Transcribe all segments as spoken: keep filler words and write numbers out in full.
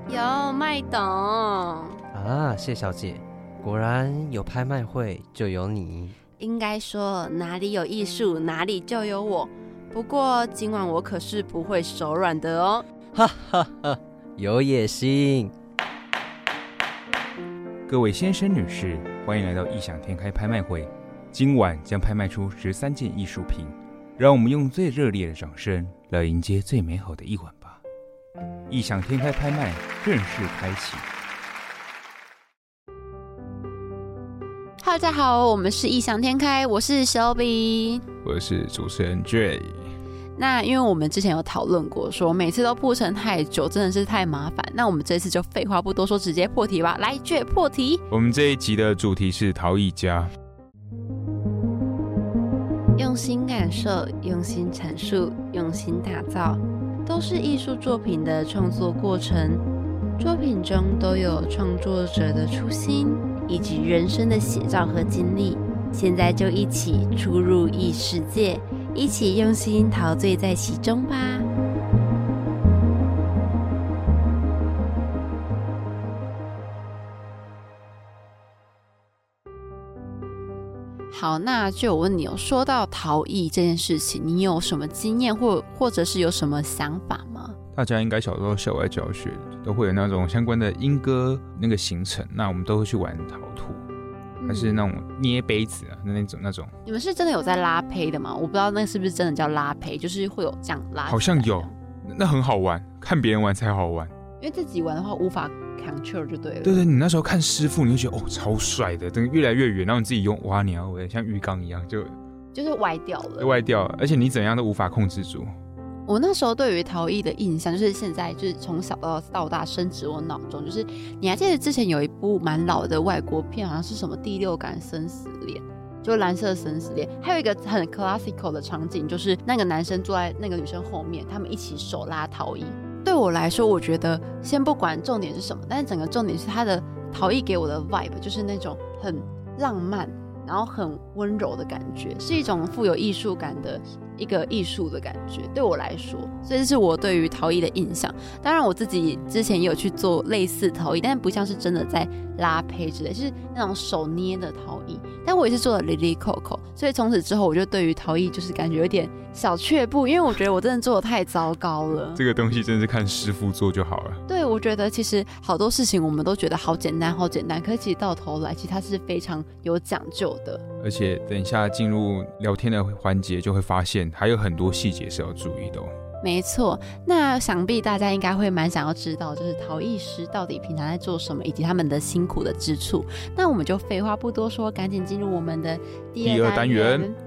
有卖懂啊，谢小姐，果然有拍卖会就有你。 应该说哪里有艺术哪里就有我，不过今晚我可是不会手软的哦。 哈哈哈，有野心。 各位先生女士，欢迎来到异想天开拍卖会。今晚将拍卖出十三件艺术品，让我们用最热烈的掌声来迎接最美好的一晚吧。异想天开拍卖正式开启。 大家好，我们是异想天开，我是 Shelby， 我是主持人 Jay。 那因为我们之前有讨论过说每次都铺陈太久真的是太麻烦，那我们这次就废话不多说直接破题吧。来 Jay 破题。 我们这一集的主题是陶艺家， 用心感受，用心阐述，用心打造，都是艺术作品的创作过程。作品中都有创作者的初心以及人生的写照和经历，现在就一起出入异世界，一起用心陶醉在其中吧。好，那就我问你，有说到陶艺这件事情，你有什么经验或或者是有什么想法吗？ 大家应该小时候校外教学都会有那种相关的莺歌那个行程，那我们都会去玩陶土，还是那种捏杯子啊那种那种。 你们是真的有在拉胚的吗？我不知道那是不是真的叫拉胚，就是会有这样拉。 好像有，那很好玩，看别人玩才好玩， 因为自己玩的话无法 control 就对了。 对对，你那时候看师傅，你就觉得哦超帅的，等越来越远，然后你自己用挖你要像浴缸一样，就就是歪掉了， 歪掉了，而且你怎样都无法控制住。 我那时候对于陶艺的印象，就是现在就是从小到到大深植我脑中，就是你还记得之前有一部蛮老的外国片，好像是什么第六感生死恋，就蓝色生死恋，还有一个很 classical 的场景，就是那个男生坐在那个女生后面，他们一起手拉陶艺。对我来说，我觉得先不管重点是什么，但是整个重点是他的陶艺给我的 vibe 就是那种很浪漫，然后很温柔的感觉，是一种富有艺术感的一个艺术的感觉，对我来说，所以这是我对于陶艺的印象。当然我自己之前也有去做类似陶艺，但是不像是真的在拉胚之类，是那种手捏的陶艺，但我也是做了 Lily Coco， 所以从此之后我就对于陶艺就是感觉有点小却步，因为我觉得我真的做的太糟糕了。 这个东西真的是看师傅做就好了。 对，我觉得其实好多事情我们都觉得好简单好简单，可是其实到头来其实它是非常有讲究的。 而且等一下进入聊天的环节就会发现还有很多细节是要注意的哦。 没错，那想必大家应该会蛮想要知道，就是陶艺师到底平常在做什么，以及他们的辛苦的之处。那我们就废话不多说，赶紧进入我们的第二单元。 第二单元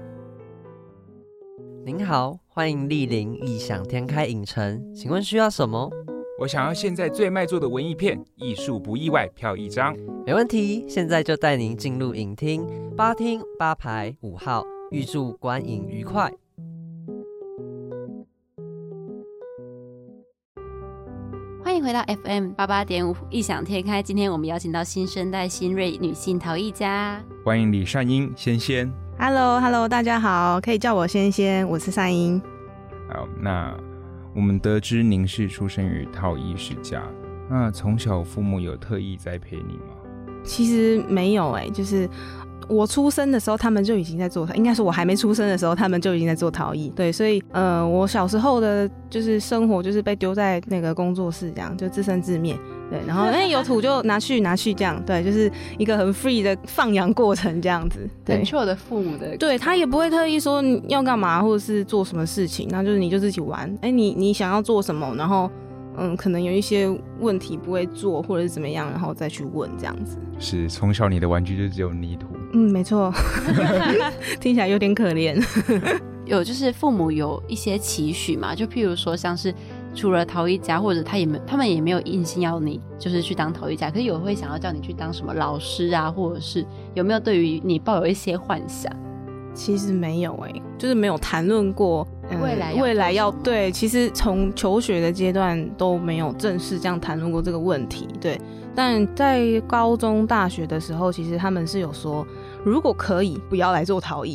您好，欢迎莅临异想天开影城，请问需要什么？ 我想要现在最卖座的文艺片，艺术不意外，票一张。 没问题，现在就带您进入影厅，八厅八排五号，预祝观影愉快。 欢迎回到 F M 八八点五异想天开，今天我们邀请到新生代新锐女性陶艺家， 欢迎李善英仙仙。 Hello Hello， 大家好，可以叫我仙仙，我是善英。 好，那我们得知您是出生于陶艺世家，那从小父母有特意栽培你吗？ 其实没有哎、欸，就是我出生的时候他们就已经在做，应该是我还没出生的时候他们就已经在做陶艺。对，所以呃，我小时候的就是生活就是被丢在那个工作室这样，就自生自灭。对，然后哎、欸、有土就拿去拿去这样，对，就是一个很 free 的放养过程这样子。对， 很 chill 的父母的， 对，他也不会特意说你要干嘛或者是做什么事情，那就是你就自己玩。哎、欸，你你想要做什么，然后嗯，可能有一些问题不会做或者是怎么样，然后再去问这样子。 是，从小你的玩具就只有泥土。 嗯，没错。听起来有点可怜。 有就是父母有一些期许嘛，就譬如说像是除了陶艺家，或者他也没他们也没有硬性要你就是去当陶艺家，可是有会想要叫你去当什么老师啊，或者是有没有对于你抱有一些幻想？ 其实没有哎、欸，就是没有谈论过、 嗯、未来要未来要对，其实从求学的阶段都没有正式这样谈论过这个问题。对，但在高中大学的时候，其实他们是有说，如果可以不要来做陶艺。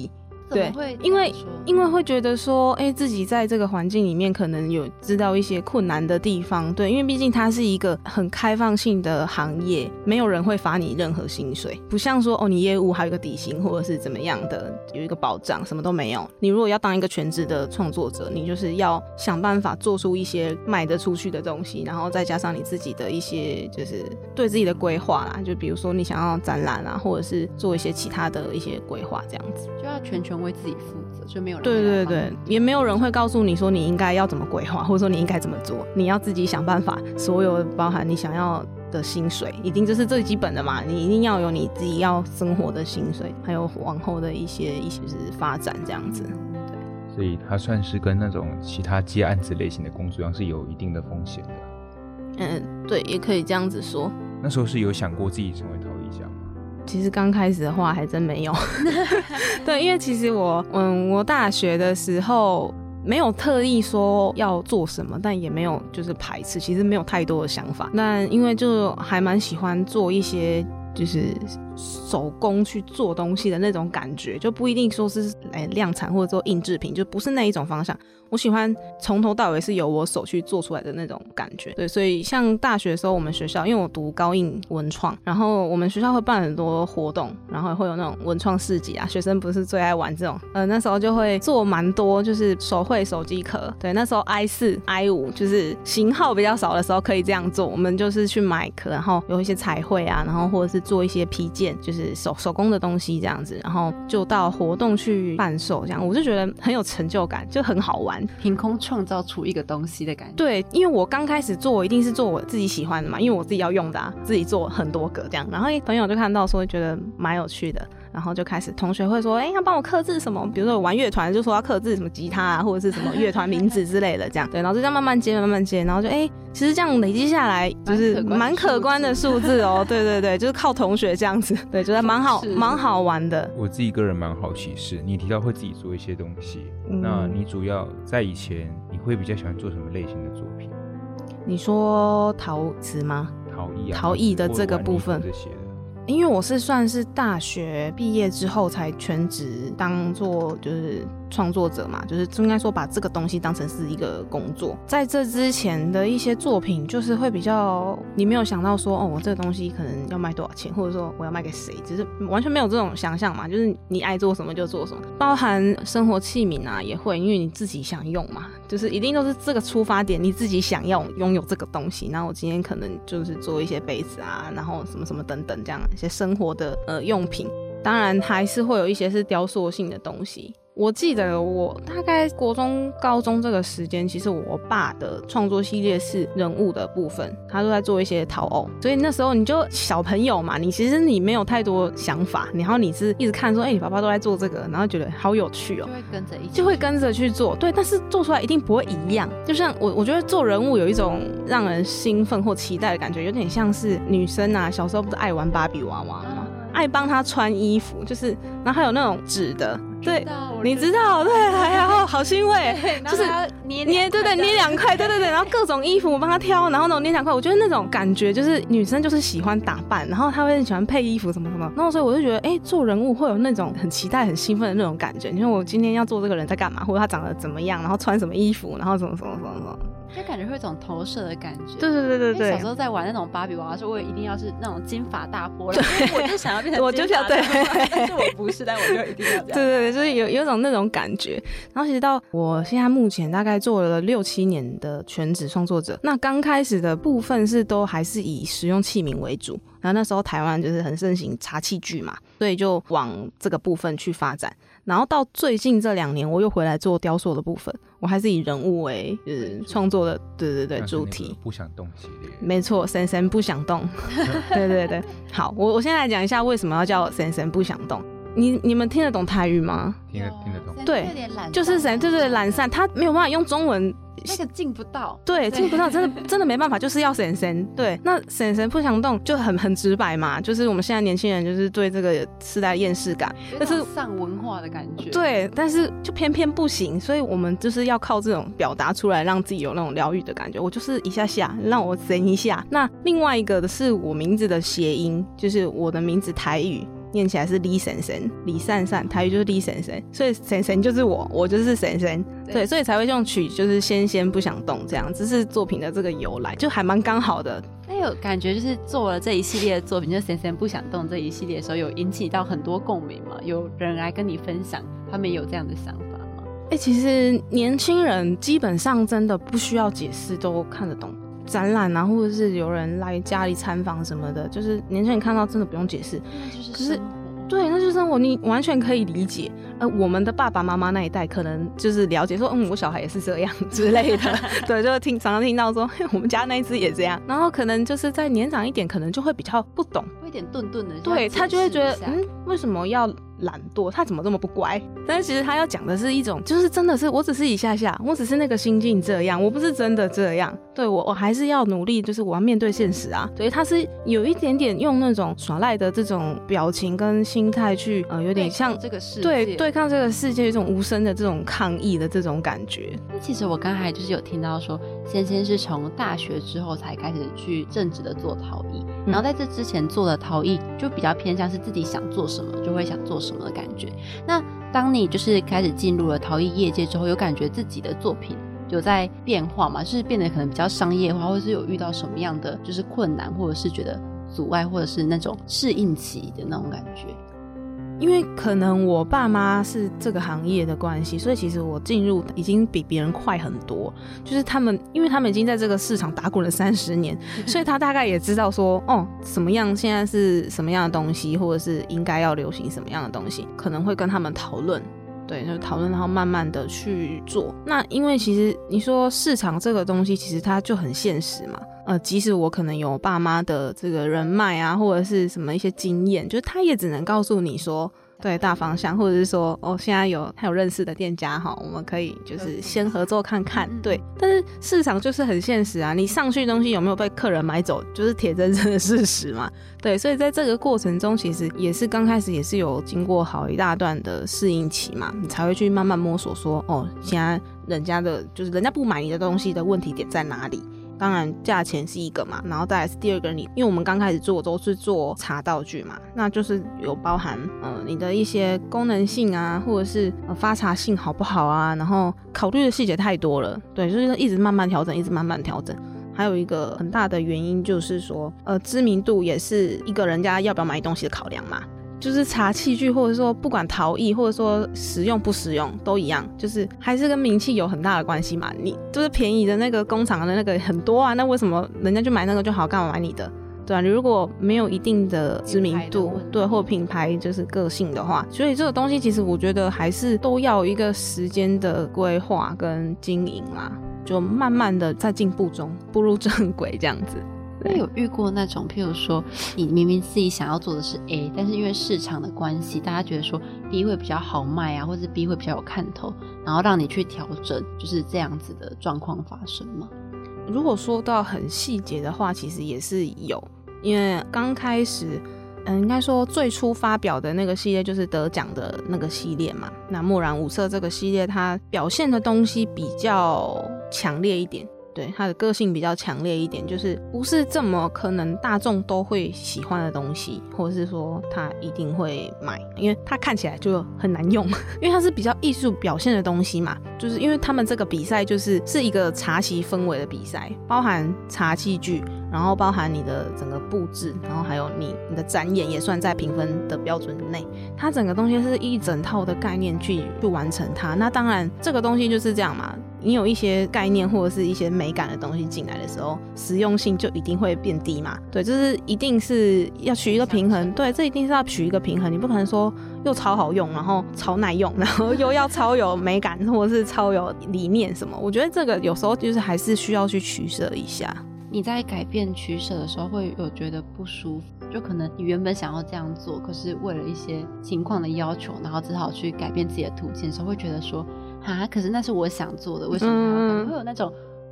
对，因为因为会觉得说，哎、欸，自己在这个环境里面可能有知道一些困难的地方，对，因为毕竟它是一个很开放性的行业，没有人会罚你任何薪水，不像说哦，你业务还有一个底薪或者是怎么样的，有一个保障，什么都没有。你如果要当一个全职的创作者，你就是要想办法做出一些卖得出去的东西，然后再加上你自己的一些就是对自己的规划啦，就比如说你想要展览啊，或者是做一些其他的一些规划，这样子就要全权为自己负责，就没有人对对对，也没有人会告诉你说你应该要怎么规划，或者说你应该怎么做，你要自己想办法。所有包含你想要的薪水，一定就是最基本的嘛，你一定要有你自己要生活的薪水，还有往后的一些一些就是发展这样子。对， 所以它算是跟那种其他接案子类型的工作一样，是有一定的风险的。 嗯，对，也可以这样子说。 那时候是有想过自己成为陶艺家吗？ 其实刚开始的话还真没有对，因为其实我嗯，我大学的时候没有特意说要做什么，但也没有就是排斥，其实没有太多的想法。但因为就还蛮喜欢做一些就是手工去做东西的那种感觉，就不一定说是、欸、量产或者做印制品，就不是那一种方向。我喜欢从头到尾是由我手去做出来的那种感觉。对，所以像大学的时候，我们学校因为我读高应文创，然后我们学校会办很多活动，然后会有那种文创市集啊，学生不是最爱玩这种，呃，那时候就会做蛮多，就是手绘手机壳。对，那时候 I 四 I 五 就是型号比较少的时候可以这样做，我们就是去买壳，然后有一些彩绘啊，然后或者是做一些皮件，就是手手工的东西这样子，然后就到活动去贩售，这样我就觉得很有成就感，就很好玩， 凭空创造出一个东西的感觉。 对，因为我刚开始做，我一定是做我自己喜欢的嘛，因为我自己要用的啊，自己做很多个这样，然后朋友就看到说觉得蛮有趣的，然后就开始同学会说，哎、欸，要帮我刻字什么，比如说我玩乐团就说要刻字什么吉他啊，或者是什么乐团名字之类的这样，对，然后就这样慢慢接慢慢接，然后就哎、欸，其实这样累积下来就是蛮可观的数字哦，对对对，就是靠同学这样子，对，觉得蛮好蛮好玩的。 我自己个人蛮好奇是，你提到会自己做一些东西，嗯、那你主要在以前你会比较喜欢做什么类型的作品？ 你说陶瓷吗？ 陶艺啊， 陶艺的这个部分。 这些的。 因为我是算是大学毕业之后才全职当做就是创作者嘛，就是应该说把这个东西当成是一个工作。在这之前的一些作品就是会比较你没有想到说哦，我这个东西可能要卖多少钱，或者说我要卖给谁，只是完全没有这种想象嘛，就是你爱做什么就做什么。包含生活器皿啊也会，因为你自己想用嘛，就是一定都是这个出发点，你自己想要拥有这个东西。然后我今天可能就是做一些杯子啊，然后什么什么等等这样一些生活的呃用品，当然还是会有一些是雕塑性的东西。我记得我大概国中高中这个时间，其实我爸的创作系列是人物的部分，他都在做一些陶偶，所以那时候你就小朋友嘛，你其实你没有太多想法，然后你是一直看说哎、欸，你爸爸都在做这个，然后觉得好有趣哦， 就会跟着一起就会跟着去做。对，但是做出来一定不会一样。就像我我觉得做人物有一种让人兴奋或期待的感觉，有点像是女生啊小时候不是爱玩芭比娃娃吗，爱帮她穿衣服，就是然后还有那种纸的，对，你知道，对，然后好欣慰，就是捏捏，对对，捏两块，对对对，然后各种衣服我帮她挑，然后那种捏两块，我觉得那种感觉就是女生就是喜欢打扮，然后她会很喜欢配衣服什么什么，然后所以我就觉得，哎、欸，做人物会有那种很期待、很兴奋的那种感觉。你说我今天要做这个人在干嘛，或者他长得怎么样，然后穿什么衣服，然后什么什么什么什么。 就感觉会有一种投射的感觉。 对对对对对。 小时候在玩那种芭比娃娃的时候，我也一定要是那种金发大波浪，我就想要变成金发大波浪，但是我不是，但我就一定要这样。对对对，就是有有种那种感觉。然后其实到我现在目前大概做了六七年的全职创作者，那刚开始的部分是都还是以使用器皿为主，然后那时候台湾就是很盛行茶器具嘛，所以就往这个部分去发展。然后到最近这两年，我又回来做雕塑的部分，我还是以人物为就是创作的，对对对，主题。 不想动系列。 没错，神神不想动。对对对，好，我我先来讲一下为什么要叫神神不想动。你你们听得懂台语吗？ 听得听得懂。 对，就是神，对对懒散，他没有办法用中文。 那个进不到， 对，进不到，真的真的没办法，就是要神神。对，那神神不想动就很很直白嘛，就是我们现在年轻人就是对这个时代厌世感， 但是上文化的感觉。 对，但是就偏偏不行，所以我们就是要靠这种表达出来，让自己有那种疗愈的感觉。我就是一下下让我神一下。那另外一个的是我名字的谐音，就是我的名字台语念起来是李婶婶，李善善，台语就是李婶婶，所以婶婶就是我，我就是婶婶，对，所以才会用取就是仙仙不想动这样，这是作品的这个由来，就还蛮刚好的。 那有感觉就是做了这一系列的作品，就婶婶不想动这一系列的时候，有引起到很多共鸣吗？有人来跟你分享他们有这样的想法？ 哎、欸，其实年轻人基本上真的不需要解释都看得懂展览啊，或者是有人来家里参访什么的，就是年轻人看到真的不用解释， 那就是生活。 对，那就是生活，你完全可以理解。呃，我们的爸爸妈妈那一代可能就是了解说，嗯，我小孩也是这样之类的，对，就听常常听到说，我们家那一只也这样。然后可能就是再年长一点，可能就会比较不懂， 会有点顿顿的， 对他就会觉得，嗯，为什么要懒惰？他怎么这么不乖？但是其实他要讲的是一种，就是真的是我只是一下下，我只是那个心境这样，我不是真的这样。对我，我还是要努力，就是我要面对现实啊。所以他是有一点点用那种耍赖的这种表情跟心态去，呃，有点像这个世界， 对对抗这个世界，有一种无声的这种抗议的这种感觉。 那其实我刚才就是有听到说，仙仙是从大学之后才开始去正职的做陶艺，嗯、然后在这之前做的陶艺就比较偏向是自己想做什么就会想做什么的感觉。那当你就是开始进入了陶艺业界之后，有感觉自己的作品有在变化吗？就是变得可能比较商业化，或者是有遇到什么样的就是困难，或者是觉得阻碍，或者是那种适应期的那种感觉？ 因为可能我爸妈是这个行业的关系，所以其实我进入已经比别人快很多。就是他们，因为他们已经在这个市场打滚了三十年，所以他大概也知道说，哦，什么样现在是什么样的东西，或者是应该要流行什么样的东西，可能会跟他们讨论。对，就讨论，然后慢慢的去做。那因为其实你说市场这个东西，其实它就很现实嘛。呃，即使我可能有爸妈的这个人脉啊，或者是什么一些经验，就是他也只能告诉你说，对大方向，或者是说，哦，现在有他有认识的店家哈，我们可以就是先合作看看。对，但是市场就是很现实啊，你上去的东西有没有被客人买走，就是铁铮铮的事实嘛。对，所以在这个过程中，其实也是刚开始也是有经过好一大段的适应期嘛，你才会去慢慢摸索说，哦，现在人家的就是人家不买你的东西的问题点在哪里。当然价钱是一个嘛，然后再来是第二个，你因为我们刚开始做都是做茶道具嘛，那就是有包含呃你的一些功能性啊，或者是呃发茶性好不好啊，然后考虑的细节太多了，对，就是一直慢慢调整，一直慢慢调整。还有一个很大的原因就是说，呃，知名度也是一个人家要不要买东西的考量嘛。就是茶器具，或者说不管陶艺，或者说实用不实用都一样，就是还是跟名气有很大的关系嘛。你就是便宜的那个工厂的那个很多啊，那为什么人家就买那个就好，干嘛买你的？对啊，你如果没有一定的知名度，对，或品牌就是个性的话，所以这个东西其实我觉得还是都要有一个时间的规划跟经营啦，就慢慢的在进步中步入正轨这样子。 那有遇过那种譬如说你明明自己想要做的是 A， 但是因为市场的关系，大家觉得说 B 会比较好卖啊，或者 B 会比较有看头，然后让你去调整，就是这样子的状况发生吗？ 如果说到很细节的话，其实也是有，因为刚开始嗯，应该说最初发表的那个系列就是得奖的那个系列嘛，那墨染五色这个系列它表现的东西比较强烈一点，对，他的个性比较强烈一点，就是不是这么可能大众都会喜欢的东西，或者是说他一定会买，因为他看起来就很难用，因为它是比较艺术表现的东西嘛，就是因为他们这个比赛就是是一个茶席氛围的比赛，包含茶器具，然后包含你的整个布置，然后还有你你的展演也算在评分的标准内，它整个东西是一整套的概念去去完成它。那当然这个东西就是这样嘛，你有一些概念或者是一些美感的东西进来的时候，实用性就一定会变低嘛。对，就是一定是要取一个平衡。对，这一定是要取一个平衡。你不可能说又超好用，然后超耐用，然后又要超有美感，或者是超有理念什么。我觉得这个有时候就是还是需要去取舍一下。 你在改变取舍的时候，会有觉得不舒服？就可能你原本想要这样做，可是为了一些情况的要求，然后只好去改变自己的途径的时候，会觉得说，哈，可是那是我想做的，为什么还要改？嗯、会有那种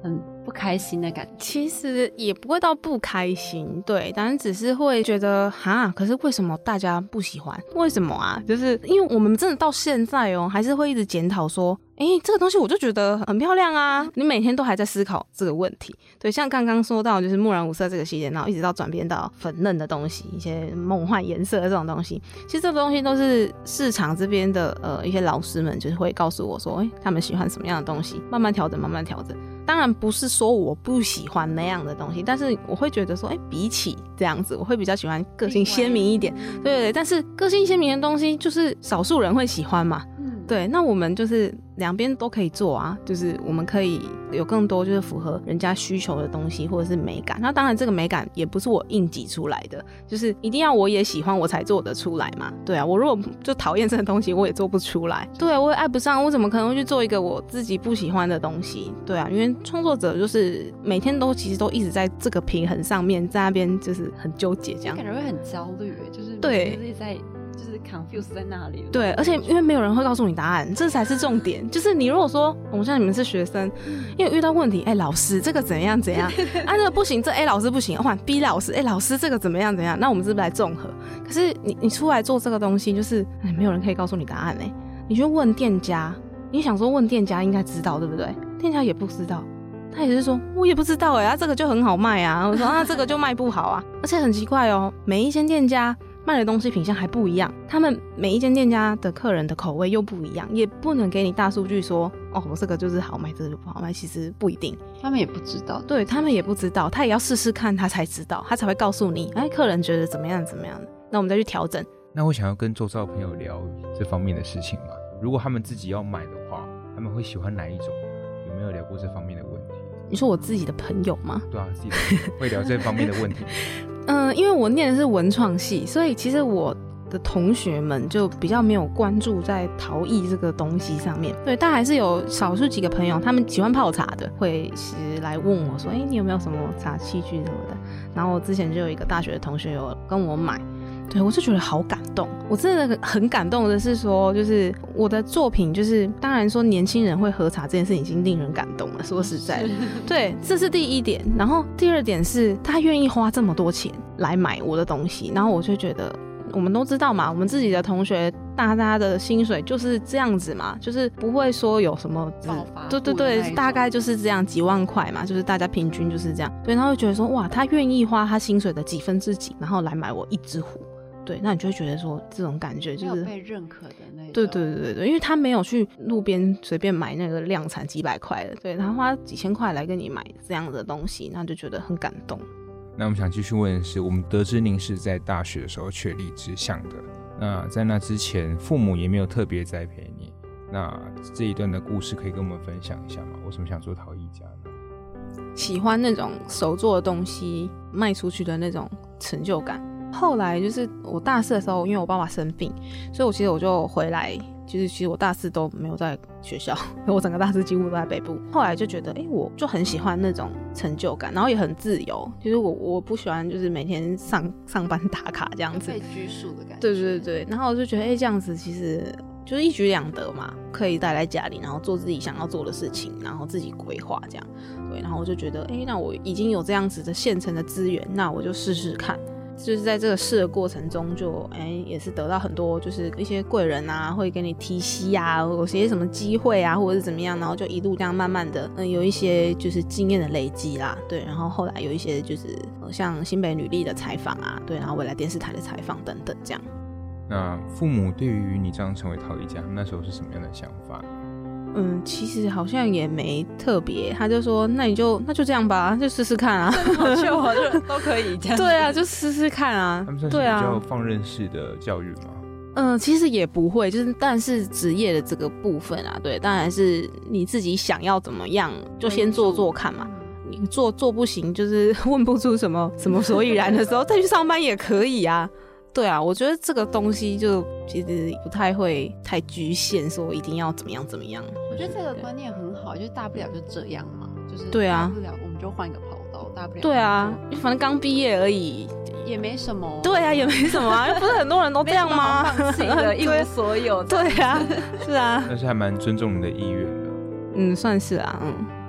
很不开心的感觉？ 其实也不会到不开心，对，但是只是会觉得哈，可是为什么大家不喜欢？为什么啊？就是因为我们真的到现在哦，还是会一直检讨说，哎、欸，这个东西我就觉得很漂亮啊！你每天都还在思考这个问题，对，像刚刚说到就是木然五色这个系列，然后一直到转变到粉嫩的东西，一些梦幻颜色的这种东西，其实这个东西都是市场这边的呃一些老师们就是会告诉我说，哎、欸，他们喜欢什么样的东西，慢慢调整，慢慢调整。当然不是说我不喜欢那样的东西，但是我会觉得说，哎、欸，比起这样子，我会比较喜欢个性鲜明一点，对对对。但是个性鲜明的东西就是少数人会喜欢嘛。对，那我们就是两边都可以做啊，就是我们可以有更多就是符合人家需求的东西或者是美感。那当然这个美感也不是我硬挤出来的，就是一定要我也喜欢我才做得出来嘛。对啊，我如果就讨厌这个东西我也做不出来，对啊，我也爱不上，我怎么可能会去做一个我自己不喜欢的东西？对啊，因为创作者就是每天都其实都一直在这个平衡上面，在那边就是很纠结这样， 感觉会很焦虑，就是对， 就是在就是 confuse 在那里。 对，而且因为没有人会告诉你答案，这才是重点。就是你如果说我们像你们是学生，因为遇到问题，哎、欸，老师这个怎样怎样，啊，那个不行，这 A 老师不行，换 B 老师，哎、欸，老师这个怎么样怎样，那我们是不是来综合？可是你你出来做这个东西，就是哎，没有人可以告诉你答案哎、欸，你去问店家，你想说问店家应该知道对不对？店家也不知道。他也是说，我也不知道哎、欸，啊，这个就很好卖啊。我说啊，这个就卖不好啊，而且很奇怪哦，每一间店家卖的东西品相还不一样，他们每一间店家的客人的口味又不一样，也不能给你大数据说，哦，我这个就是好卖，这个就不好卖，其实不一定， 他们也不知道， 对他们也不知道，他也要试试看，他才知道，他才会告诉你，哎，客人觉得怎么样怎么样的，那我们再去调整。 那我想要跟周遭的朋友聊这方面的事情嘛，如果他们自己要买的话，他们会喜欢哪一种？有没有聊过这方面的问题？ 你说我自己的朋友吗？ 对啊，自己的朋友会聊这方面的问题。 嗯、呃，因为我念的是文创系，所以其实我的同学们就比较没有关注在陶艺这个东西上面。对，但还是有少数几个朋友，他们喜欢泡茶的，会是来问我说：“哎、欸，你有没有什么茶器具什么的？”然后我之前就有一个大学的同学有跟我买。对，我就觉得好感动。我真的很感动的是说，就是我的作品，就是当然说年轻人会喝茶这件事已经令人感动了。说实在的，对，这是第一点。然后第二点是他愿意花这么多钱来买我的东西，然后我就觉得，我们都知道嘛，我们自己的同学大家的薪水就是这样子嘛，就是不会说有什么爆发， 对对对，大概就是这样几万块嘛，就是大家平均就是这样。对，然后就觉得说，哇，他愿意花他薪水的几分之几，然后来买我一只壶。对，那你就会觉得说这种感觉就是被认可的那种。 对对对对，因为他没有去路边随便买那个量产几百块的，对，他花几千块来跟你买这样的东西，那就觉得很感动。 那我们想继续问的是，我们得知您是在大学的时候确立志向的，那在那之前父母也没有特别栽培你，那这一段的故事可以跟我们分享一下吗？为什么想做陶艺家呢？ 喜欢那种手做的东西卖出去的那种成就感。后来就是我大四的时候，因为我爸爸生病，所以我其实我就回来，就是其实我大四都没有在学校，我整个大四几乎都在北部。后来就觉得，哎、欸，我就很喜欢那种成就感，然后也很自由。就是我我不喜欢就是每天上上班打卡这样子， 被拘束的感觉。 对对对，然后我就觉得，哎、欸，这样子其实就是一举两得嘛，可以待在家里，然后做自己想要做的事情，然后自己规划这样。对，然后我就觉得，哎、欸，那我已经有这样子的现成的资源，那我就试试看。就是在这个试的过程中就，就、欸、哎也是得到很多，就是一些贵人啊，会给你提携啊，有些什么机会啊，或者是怎么样，然后就一路这样慢慢的，嗯，有一些就是经验的累积啦，对，然后后来有一些就是、呃、像新北女力的采访啊，对，然后未来电视台的采访等等这样。 那父母对于你这样成为陶艺家，那时候是什么样的想法？ 嗯，其实好像也没特别，他就说那你就那就这样吧，就试试看啊， 好秀啊，就都可以这样。 对啊，就试试看啊。 他们算是比较放任式的教育吗？ 嗯、呃，其实也不会，就是但是职业的这个部分啊，对，当然是你自己想要怎么样，就先做做看嘛。你做做不行，就是问不出什么什么所以然的时候，再去上班也可以啊。对啊，我觉得这个东西就其实不太会太局限，说一定要怎么样怎么样。 我觉得这个观念很好，就是大不了就这样嘛，就是对啊， 大不了我们就换一个跑道，大不了对啊，反正刚毕业而已， 也没什么。 对啊，也没什么啊，不是很多人都这样吗？ 放弃了一无所有。 对啊，是啊， 但是还蛮尊重你的意愿的。 嗯，算是啊，嗯。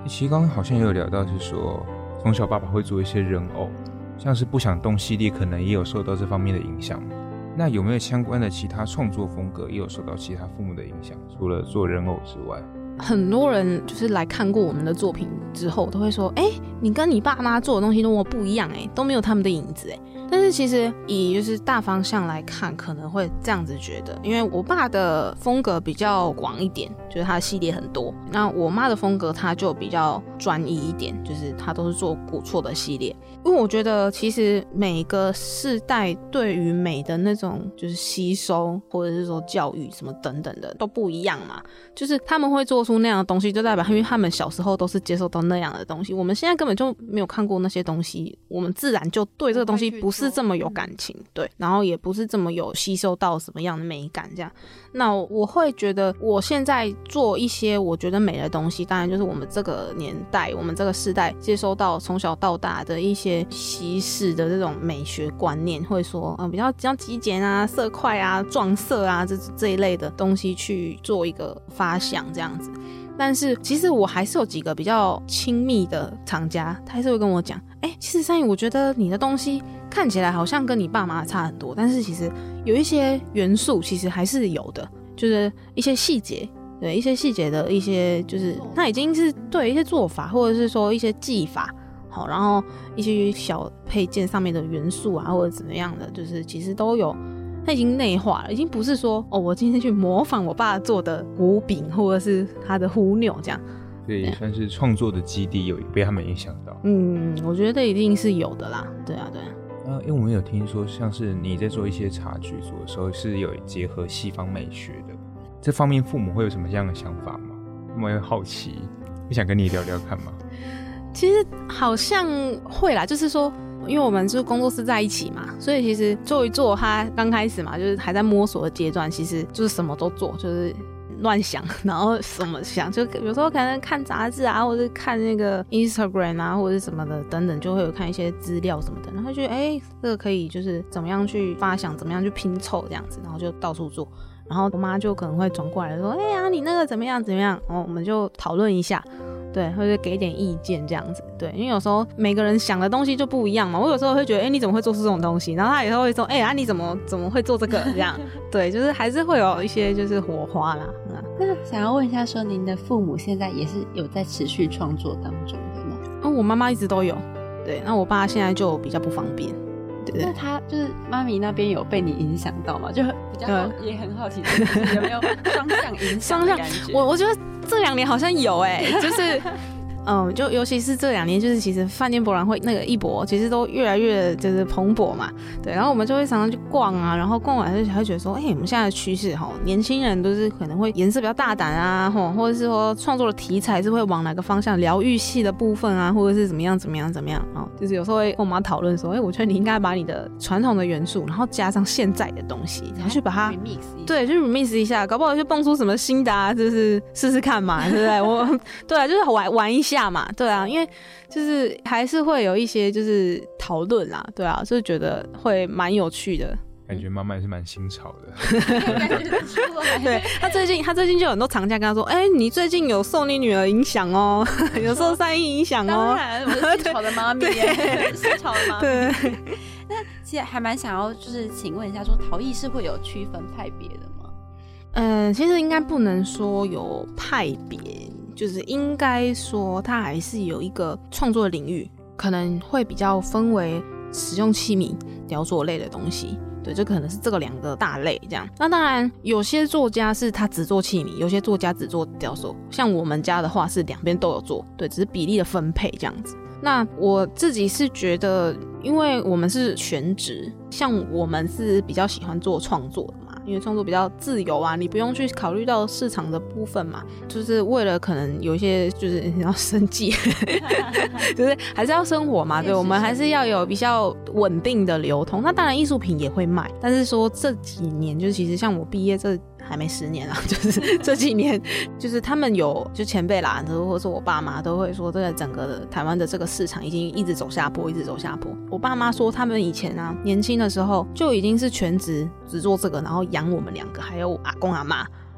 其实刚刚好像也有聊到是说从小爸爸会做一些人偶，像是不想动系列可能也有受到这方面的影响，那有没有相关的其他创作风格也有受到其他父母的影响，除了做人偶之外？ 很多人就是来看过我们的作品之后都会说，哎、欸，你跟你爸妈做的东西都不一样，哎，都没有他们的影子，哎。但是其实以就是大方向来看，可能会这样子觉得，因为我爸的风格比较广一点，就是他的系列很多，那我妈的风格他就比较专一一点，就是他都是做古厝的系列。因为我觉得其实每个世代对于美的那种就是吸收或者是说教育什么等等的都不一样嘛，就是他们会做出那样的东西，就代表因为他们小时候都是接受到那样的东西，我们现在根本就没有看过那些东西，我们自然就对这个东西不是这么有感情，对，然后也不是这么有吸收到什么样的美感这样。那我会觉得我现在做一些我觉得美的东西，当然就是我们这个年代我们这个世代接收到从小到大的一些西式的这种美学观念，会说、呃、比较比较极简啊、色块啊、撞色啊 这, 这一类的东西去做一个发想这样子。但是其实我还是有几个比较亲密的厂家，他还是会跟我讲，哎、欸，其实三姨，我觉得你的东西看起来好像跟你爸妈差很多，但是其实有一些元素其实还是有的，就是一些细节，对，一些细节的一些就是那已经是对一些做法，或者是说一些技法，好，然后一些小配件上面的元素啊，或者怎么样的，就是其实都有。它已经内化了，已经不是说哦，我今天去模仿我爸做的壶饼或者是他的壶钮这样， 对，也算是创作的基地有被他们影响到。 嗯，我觉得一定是有的啦，对啊，对啊。 啊，因为我们有听说，像是你在做一些茶具组的时候，是有结合西方美学的，这方面父母会有什么样的想法吗？他们会好奇，会想跟你聊聊看吗？ 其实好像会啦，就是说。因为我们是工作室在一起嘛，所以其实做一做，他刚开始嘛，就是还在摸索的阶段，其实就是什么都做，就是乱想，然后什么想，就有时候可能看杂志啊，或者看那个 Instagram 啊，或者什么的等等，就会有看一些资料什么的，然后觉得哎，这个可以就是怎么样去发想，怎么样去拼凑这样子，然后就到处做。然后我妈就可能会转过来说，哎呀，你那个怎么样怎么样，然后我们就讨论一下。对，或者给点意见这样子，对，因为有时候每个人想的东西就不一样嘛。我有时候会觉得，哎、欸，你怎么会做出这种东西？然后他有时候会说，哎、欸、啊，你怎么怎么会做这个？这样，对，就是还是会有一些就是火花啦。嗯、 那想要问一下，说您的父母现在也是有在持续创作当中的吗？ 哦，我妈妈一直都有，对，那我爸现在就比较不方便。对， 那他就是妈咪那边有被你影响到吗？就比较好也很好奇，有没有双向影响的感觉？ 我我觉得这两年好像有哎、欸，就是。嗯，就尤其是这两年，就是其实饭店博览会那个艺博，其实都越来越就是蓬勃嘛，对，然后我们就会常常去逛啊，然后逛完就会觉得说，哎、欸，我们现在的趋势哈，年轻人都是可能会颜色比较大胆啊，或或者是说创作的题材是会往哪个方向，疗愈系的部分啊，或者是怎么样怎么样怎么样啊，就是有时候会跟我妈讨论说，哎、欸，我觉得你应该把你的传统的元素，然后加上现在的东西，然后去把它 remix 对，去 remix 一下，搞不好就蹦出什么新的啊，就是试试看嘛，对不对？我对啊，就是玩玩一下。嘛，对啊，因为就是还是会有一些就是讨论啦，对啊，就是觉得会蛮有趣的。 感觉妈妈也是蛮新潮的。 对，他最近他最近就有很多厂家跟他说，哎、欸，你最近有受你女儿影响哦，有受三姨影响哦。 当然，我是新潮的妈咪耶，新潮的妈咪。 对。 那其实还蛮想要就是请问一下，说陶艺是会有区分派别的吗？ 嗯、呃，其实应该不能说有派别。就是应该说它还是有一个创作领域，可能会比较分为使用器皿、雕塑类的东西，对，这可能是这个两个大类这样。那当然有些作家是他只做器皿，有些作家只做雕塑，像我们家的话是两边都有做，对，只是比例的分配这样子。那我自己是觉得，因为我们是全职，像我们是比较喜欢做创作的嘛，因为创作比较自由啊，你不用去考虑到市场的部分嘛，就是为了可能有一些就是你要生计就是还是要生活嘛，对，我们还是要有比较稳定的流通。那当然艺术品也会卖，但是说这几年就是其实像我毕业这还没十年啊，就是这几年就是他们有就前辈啦，或者是我爸妈都会说，这个整个的台湾的这个市场已经一直走下坡，一直走下坡。我爸妈说他们以前啊年轻的时候就已经是全职只做这个，然后养我们两个还有阿公阿嬷，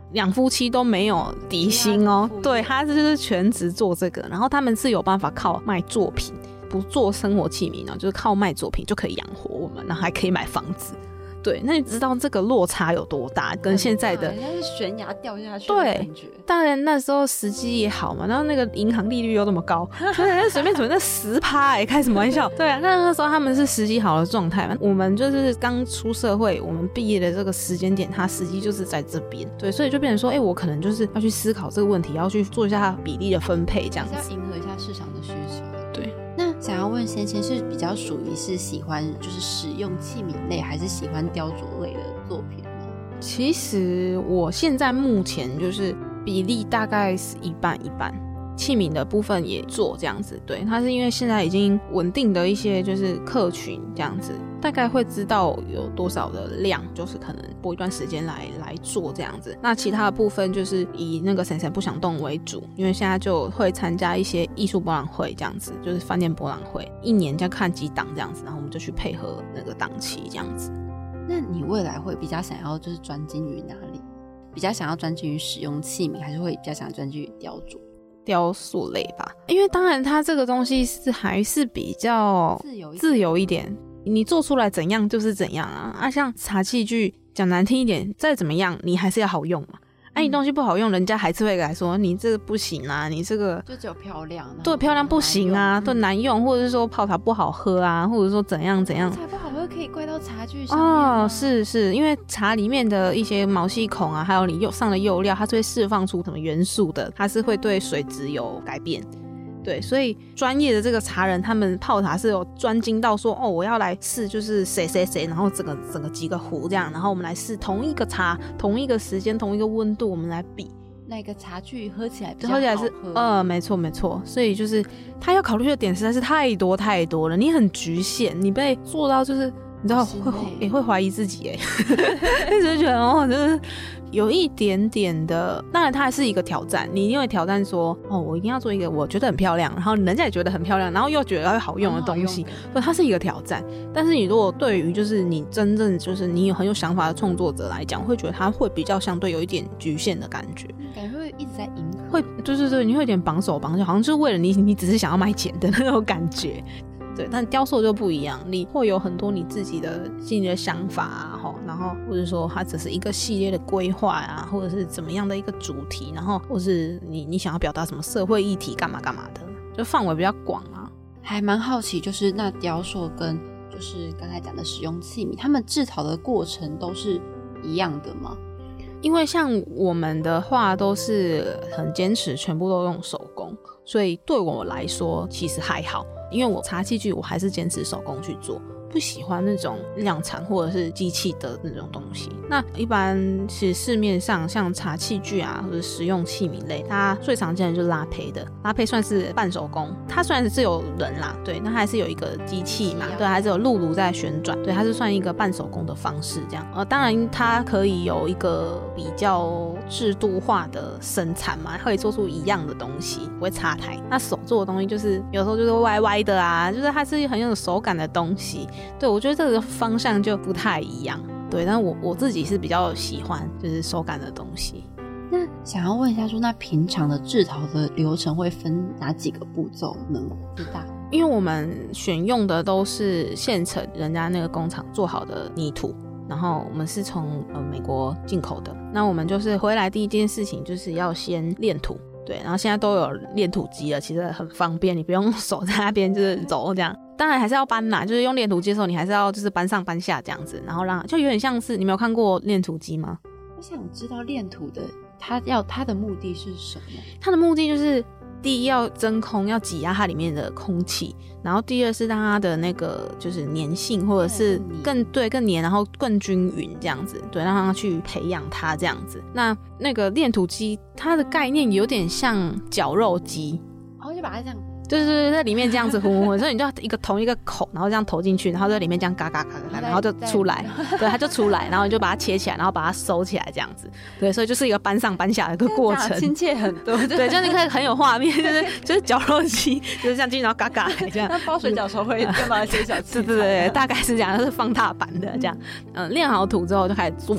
两夫妻都没有底薪哦，对，他就是全职做这个，然后他们是有办法靠卖作品，不做生活器皿呢，就是靠卖作品就可以养活我们，然后还可以买房子。对，那你知道这个落差有多大？跟现在的， 人家是悬崖掉下去的感觉。 对，当然那时候时机也好嘛，然后那个银行利率又那么高，所以随便存那十趴，哎，开什么玩笑？对啊，那那时候他们是时机好的状态嘛，我们就是刚出社会，我们毕业的这个时间点，它时机就是在这边。对，所以就变成说，哎、欸，我可能就是要去思考这个问题，要去做一下比例的分配，这样子， 要迎合一下市场的需求。 对。 那想要问仙仙是比较属于是喜欢就是使用器皿类，还是喜欢雕琢类的作品呢？ 其实我现在目前就是比例大概是一半一半，器皿的部分也做这样子。对，它是因为现在已经稳定的一些就是客群这样子，大概会知道有多少的量，就是可能播一段时间来来做这样子。那其他的部分就是以那个神神不想动为主，因为现在就会参加一些艺术博览会这样子，就是饭店博览会，一年就看几档这样子，然后我们就去配合那个档期这样子。 那你未来会比较想要就是专精于哪里？比较想要专精于使用器皿，还是会比较想专精于雕琢？ 雕塑类吧，因为当然它这个东西是还是比较自由一点自由一点，你做出来怎样就是怎样啊。啊，像茶器具讲难听一点，再怎么样你还是要好用嘛。哎、啊，你东西不好用，人家还是会来说你这个不行啊，你这个就只有漂亮， 对，漂亮不行啊，对，难用，或者是说泡茶不好喝啊，或者说怎样怎样。 茶不好喝可以怪到茶具上面啊。 哦，是是，因为茶里面的一些毛细孔啊，还有你上的釉料，它是会释放出什么元素的，它是会对水质有改变。对，所以专业的这个茶人，他们泡茶是有专精到说，哦，我要来试就是谁谁谁，然后整个整个几个壶这样，然后我们来试同一个茶，同一个时间，同一个温度，我们来比那个茶具喝起来比较好喝， 喝起来是呃，没错没错。所以就是他要考虑的点实在是太多太多了，你很局限，你被做到就是你知道会也会怀疑自己哎，一直觉得哦，就是有一点点的，当然它还是一个挑战，你一定会挑战说，哦，我一定要做一个我觉得很漂亮，然后人家也觉得很漂亮，然后又觉得要好用的东西，所以它是一个挑战。但是你如果对于就是你真正就是你有很有想法的创作者来讲，会觉得它会比较相对有一点局限的感觉， 感觉会一直在迎合， 会对对对，你会有点绑手绑脚，好像就是为了你，你只是想要卖钱的那种感觉。对，但雕塑就不一样，你会有很多你自己的心里的想法啊，然后或者说它只是一个系列的规划啊，或者是怎么样的一个主题，然后或是你你想要表达什么社会议题干嘛干嘛的，就范围比较广啊。 还蛮好奇，就是那雕塑跟就是刚才讲的使用器皿，他们制陶的过程都是一样的吗？ 因为像我们的话都是很坚持全部都用手工，所以对我来说其实还好，因为我茶器具我还是坚持手工去做，不喜欢那种量产或者是机器的那种东西。那一般是市面上像茶器具啊或者实用器皿类，它最常见的就是拉胚的，拉胚算是半手工，它虽然是有人啦，对，那还是有一个机器嘛，对，还是有辘轳在旋转，对，它是算一个半手工的方式这样。呃，当然它可以有一个比较制度化的生产嘛，可以做出一样的东西，不会插台。那手做的东西就是有时候就是歪歪的啊，就是它是很有手感的东西。对，我觉得这个方向就不太一样。对，但我我自己是比较喜欢就是手感的东西。 那想要问一下说，那平常的制陶的流程会分哪几个步骤呢？知道？ 因为我们选用的都是现成人家那个工厂做好的泥土，然后我们是从呃美国进口的。那我们就是回来第一件事情就是要先炼土。对，然后现在都有炼土机了，其实很方便，你不用手在那边就是揉这样。当然还是要搬啦，就是用炼土机的时候，你还是要就是搬上搬下这样子，然后让就有点像是你没有看过炼土机吗？ 我想知道炼土的它要它的目的是什么？ 它的目的就是第一要真空，要挤压它里面的空气，然后第二是让它的那个就是粘性或者是更对更黏，然后更均匀这样子，对，让它去培养它这样子。那那个炼土机它的概念有点像绞肉机， 然后就把它这样。 对对对，在里面这样子混混混，所以你就要一个同一个口，然后这样投进去，然后在里面这样嘎嘎嘎嘎，然后就出来，对，它就出来，然后你就把它切起来，然后把它收起来，这样子，对，所以就是一个搬上搬下的一个过程， 亲切很多， 对，就你可以很有画面，就是就是绞肉机，就是这样进去，然后嘎嘎这样。 那包水饺时候会用到一些小器材， 对对对，大概是这样，就是放大版的这样。嗯，炼好土之后就开始做嘛。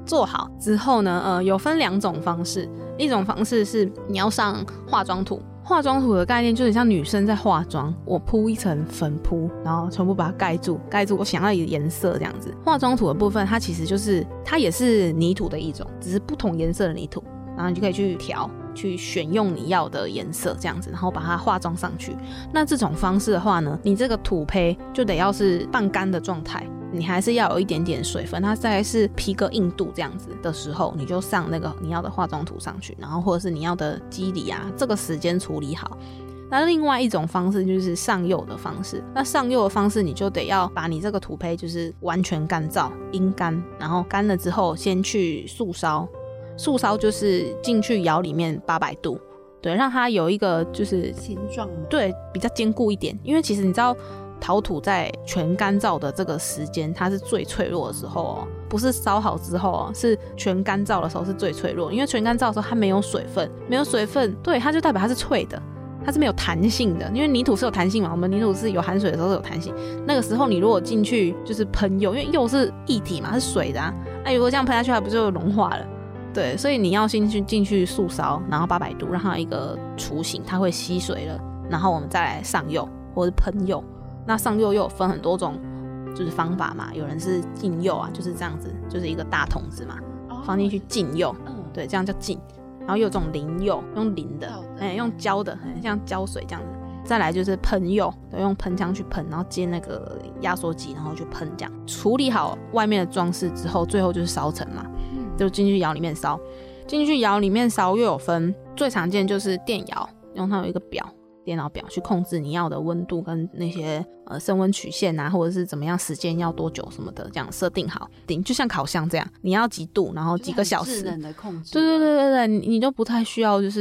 做好之后呢，呃，有分两种方式，一种方式是你要上化妆图。化妆图的概念就是像女生在化妆，我铺一层粉扑，然后全部把它盖住，盖住我想要的颜色这样子。化妆图的部分，它其实就是它也是泥土的一种，只是不同颜色的泥土，然后你就可以去调。去选用你要的颜色这样子，然后把它化妆上去。那这种方式的话呢，你这个土胚就得要是半干的状态，你还是要有一点点水分，它大概是皮革硬度这样子的时候，你就上那个你要的化妆图上去，然后或者是你要的肌理啊，这个时间处理好。那另外一种方式就是上釉的方式，那上釉的方式你就得要把你这个土胚就是完全干燥阴干，然后干了之后先去速烧。速烧就是进去窑里面八百度，对，让它有一个就是形状， 对，比较坚固一点。因为其实你知道，陶土在全干燥的这个时间，它是最脆弱的时候哦，不是烧好之后哦，是全干燥的时候是最脆弱。因为全干燥的时候它没有水分，没有水分，对，它就代表它是脆的，它是没有弹性的。因为泥土是有弹性嘛，我们泥土是有含水的时候是有弹性。那个时候你如果进去就是喷釉，因为釉是液体嘛，是水的啊，那如果这样喷下去，它不就融化了？对，所以你要先去进去速烧，然后八百度让它有一个雏形，它会吸水了，然后我们再来上釉或是喷釉。那上釉又有分很多种就是方法嘛，有人是浸釉啊，就是这样子，就是一个大桶子嘛，放进去浸釉，对，这样叫浸。然后有种淋釉，用淋的，欸、用浇的，欸、像浇水这样子。再来就是喷釉，用喷枪去喷，然后接那个压缩机，然后去喷这样。处理好外面的装饰之后，最后就是烧成嘛。就进去窑里面烧，进去窑里面烧又有分，最常见就是电窑，用它有一个表，电脑表去控制你要的温度跟那些呃升温曲线啊，或者是怎么样时间要多久什么的，这样设定好，就像烤箱这样，你要几度，然后几个小时， 智能的控制。 对对对对对，你, 你就不太需要就是。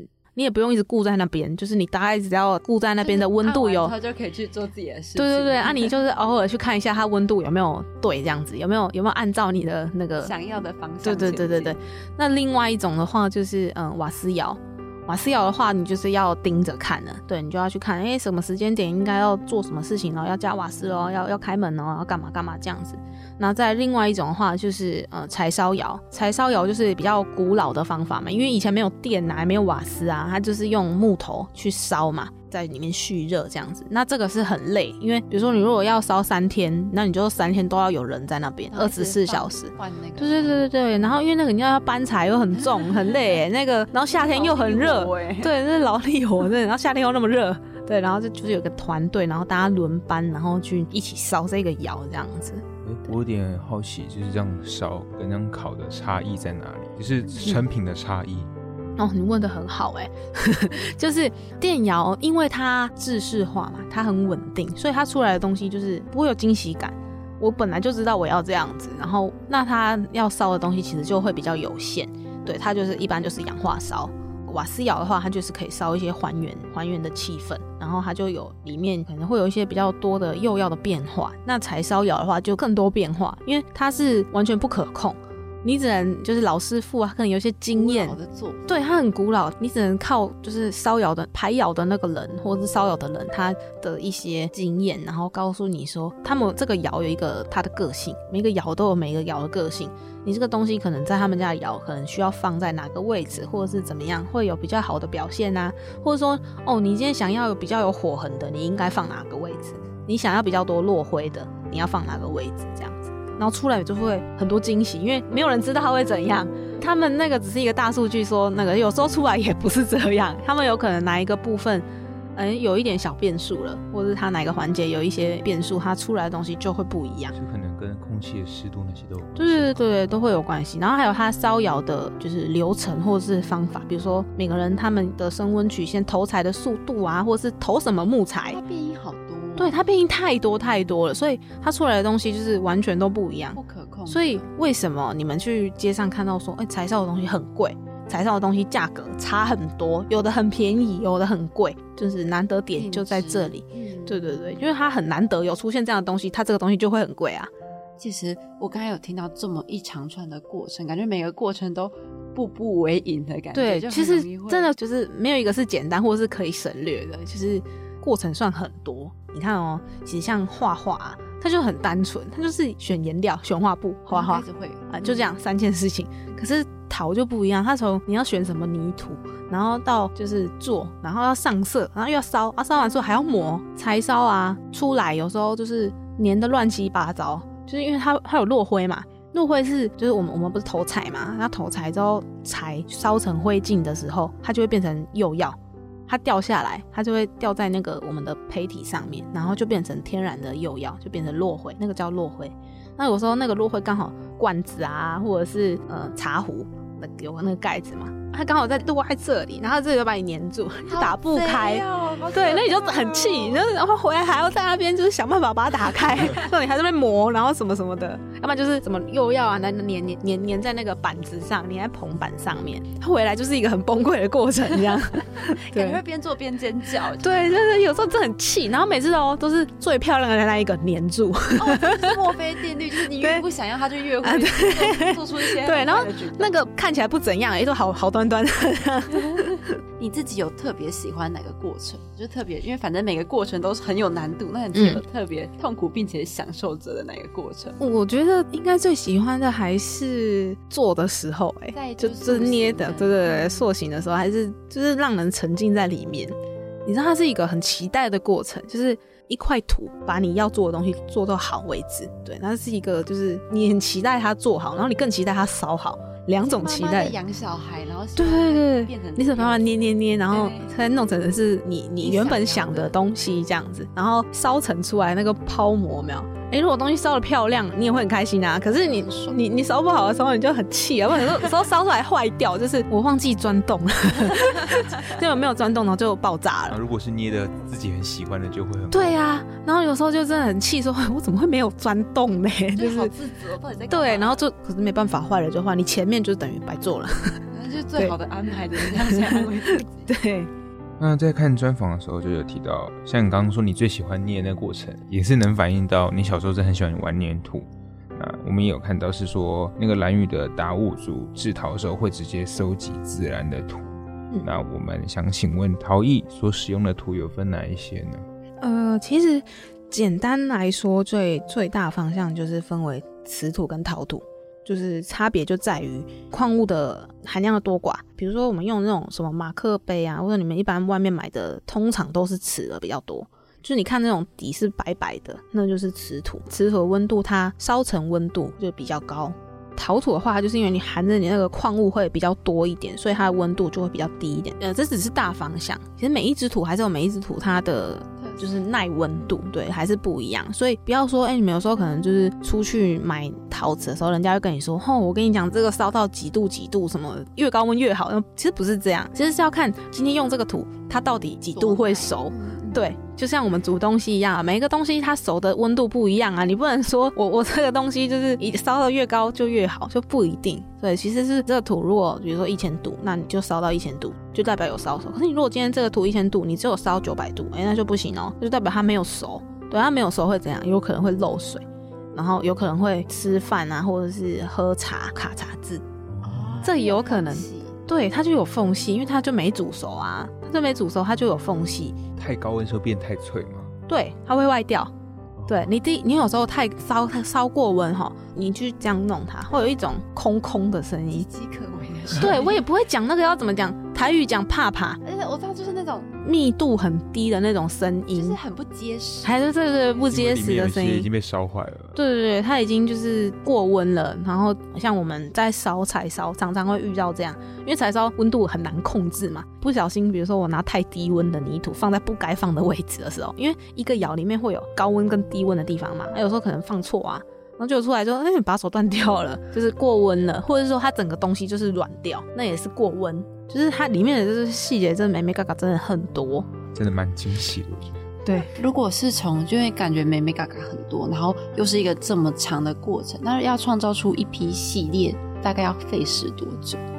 你也不用一直顾在那边，就是你大概只要顾在那边的温度有， 他就可以去做自己的事情。 对对对，啊，你就是偶尔去看一下它温度有没有对，这样子有没有有没有按照你的那个想要的方向。 对对对对对。那另外一种的话就是嗯瓦斯窑，瓦斯窑的话你就是要盯着看了，对你就要去看，哎，什么时间点应该要做什么事情咯，要加瓦斯咯，要要开门咯，要干嘛干嘛这样子。那再另外一种的话就是呃柴烧窑，柴烧窑就是比较古老的方法嘛，因为以前没有电啊，没有瓦斯啊，它就是用木头去烧嘛，在里面蓄热这样子。那这个是很累，因为比如说你如果要烧三天，那你就三天都要有人在那边，二十四小时。 换那个。 对对对对对，然后因为那个你要搬柴又很重很累哎，那个然后夏天又很热，对，那是劳力活对，然后夏天又那么热。对，然后就就是有个团队，然后大家轮班，然后去一起烧这个窑这样子。 我有点好奇，就是这样烧跟这样烤的差异在哪里？就是成品的差异。 嗯、哦，你问得很好哎、欸，就是电窑，因为它制式化嘛，它很稳定，所以它出来的东西就是不会有惊喜感。我本来就知道我要这样子，然后那它要烧的东西其实就会比较有限。对，它就是一般就是氧化烧。瓦斯窑的话，它就是可以烧一些还原还原的气氛，然后它就有里面可能会有一些比较多的釉药的变化。那柴烧窑的话就更多变化，因为它是完全不可控，你只能就是老师傅啊，可能有一些经验，对，它很古老，你只能靠就是烧窑的排窑的那个人或者是烧窑的人他的一些经验，然后告诉你说他们这个窑有一个它的个性，每个窑都有每个窑的个性，你这个东西可能在他们家的窑可能需要放在哪个位置，或者是怎么样会有比较好的表现啊，或者说哦你今天想要有比较有火痕的，你应该放哪个位置，你想要比较多落灰的，你要放哪个位置这样子，然后出来就会很多惊喜，因为没有人知道它会怎样，他们那个只是一个大数据说那个有时候出来也不是这样，他们有可能哪一个部分嗯有一点小变数了，或者是它哪个环节有一些变数，它出来的东西就会不一样， 就可能跟空气的湿度那些都有关系。 对对对，都会有关系。然后还有它烧窑的就是流程或者是方法，比如说每个人他们的升温曲线、投材的速度啊，或者是投什么木材， 它变异好多。 对，它变异太多太多了，所以它出来的东西就是完全都不一样， 不可控。 所以为什么你们去街上看到说，哎，柴烧的东西很贵？柴烧的东西价格差很多，有的很便宜，有的很贵，就是难得点就在这里。嗯、对对对，因为它很难得有出现这样的东西，它这个东西就会很贵啊。 其实我刚才有听到这么一长串的过程，感觉每个过程都步步为营的感觉。 对，其实真的就是没有一个是简单或者是可以省略的，就是过程算很多。你看哦，其实像画画、啊，特它就很单纯，它就是选颜料、选画布、画画，啊，就这样三件事情。可是陶就不一样，它从你要选什么泥土，然后到就是做，然后要上色，然后又要烧，啊，烧完之后还要磨，柴烧啊，出来有时候就是粘的乱七八糟，就是因为它它有落灰嘛。落灰是就是我们我们不是投柴嘛，然后投柴之后柴烧成灰烬的时候，它就会变成釉药，它掉下来，它就会掉在那个我们的胚体上面，然后就变成天然的釉药，就变成落灰，那个叫落灰。那有时候那个落灰刚好罐子啊，或者是呃茶壶有那个盖子嘛，它刚好在落在这里，然后这里就把你黏住，就打不开。 哦， 对，那你就很气，然后回来还要在那边就是想办法把它打开，那你还在那边磨，然后什么什么的，要不然就是什么釉药啊，粘粘粘粘在那个板子上，粘在棚板上面，它回来就是一个很崩溃的过程，这样。 感觉会边做边尖叫。 对，就是有时候真的很气，然后每次都都是最漂亮的那一个黏住。 哦，这是墨菲定律，就是你越不想要，它就越会做出一些对，然后那个看起来不怎样，也都好好端端的。 你自己有特别喜欢哪个过程？就特别，因为反正每个过程都是很有难度，那你有特别痛苦并且享受着的哪个过程？ 我觉得应该最喜欢的还是做的时候、欸，哎，就就是捏的，对对对，塑形的时候，还是就是让人沉浸在里面。你知道，它是一个很期待的过程，就是一块土把你要做的东西做到好为止。对，它是一个就是你很期待它做好，然后你更期待它烧好。两种期待， 妈妈在养小孩，然后对对对， 变成你是慢慢捏捏捏，然后再弄成的是你你原本想的东西这样子，然后烧成出来那个泡沫没有？哎，如果东西烧得漂亮，你也会很开心啊。可是你你你烧不好的时候，你就很气啊，或者有时候烧出来坏掉，就是我忘记钻洞了，结果没有钻洞，然后就爆炸了。 如果是捏的自己很喜欢的，就会很对啊。然后有时候就真的很气，说我怎么会没有钻洞呢？ 就是好自责，到底在对，然后就可是没办法，坏了就坏，你前面就等于白做了， 那就是最好的安排的，这样才安慰自己。 对。 那在看专访的时候就有提到，像你刚刚说你最喜欢捏的那个过程，也是能反映到你小时候真的很喜欢玩黏土。那我们也有看到是说，那个兰屿的达悟族制陶的时候会直接收集自然的土。嗯、那我们想请问陶艺所使用的土有分哪一些呢？ 呃，其实简单来说，最最大方向就是分为瓷土跟陶土。就是差别就在于矿物的含量的多寡，比如说我们用那种什么马克杯啊，或者你们一般外面买的通常都是瓷的比较多，就是你看那种底是白白的，那就是瓷土。瓷土的温度它烧成温度就比较高，陶土的话就是因为你含着你那个矿物会比较多一点，所以它的温度就会比较低一点。呃，这只是大方向，其实每一只土还是有每一只土它的就是耐温度，对，还是不一样。所以不要说，哎、欸，你们有时候可能就是出去买陶瓷的时候，人家会跟你说，哦，我跟你讲，这个烧到几度几度，什么越高温越好。其实不是这样，其实是要看今天用这个土，它到底几度会熟。对，就像我们煮东西一样，每一个东西它熟的温度不一样啊，你不能说我我这个东西就是烧到越高就越好，就不一定。对，其实是这个土如果比如说一千度，那你就烧到一千度，就代表有烧熟。可是你如果今天这个土一千度，你只有烧九百度，哎、欸，那就不行哦，就代表它没有熟。对，它没有熟会怎样？有可能会漏水，然后有可能会吃饭啊，或者是喝茶卡茶渍，哦、这也有可能。对，它就有缝隙，因为它就没煮熟啊，它就没煮熟，它就有缝隙。 太高温时候变太脆吗？ 对，它会坏掉。对，你第你有时候太烧烧过温哈，你去这样弄它，会有一种空空的声音， 岌岌可危的声音。 对，我也不会讲那个要怎么讲，台语讲怕怕， 而且我知道就是那种密度很低的那种声音， 就是很不结实， 还是对对不结实的声音， 已经被烧坏了。 对对对，它已经就是过温了。然后像我们在烧柴烧，常常会遇到这样，因为柴烧温度很难控制嘛，不小心比如说我拿太低温的泥土放在不该放的位置的时候，因为一个窑里面会有高温跟低温的地方嘛，有时候可能放错啊，然后就出来就哎、欸、把手断掉了，就是过温了，或者是说它整个东西就是软掉，那也是过温，就是它里面的这些细节真的眉眉角角真的很多， 真的蛮惊喜的。 对， 如果是从就会感觉眉眉角角很多，然后又是一个这么长的过程，那要创造出一批系列大概要费时多久？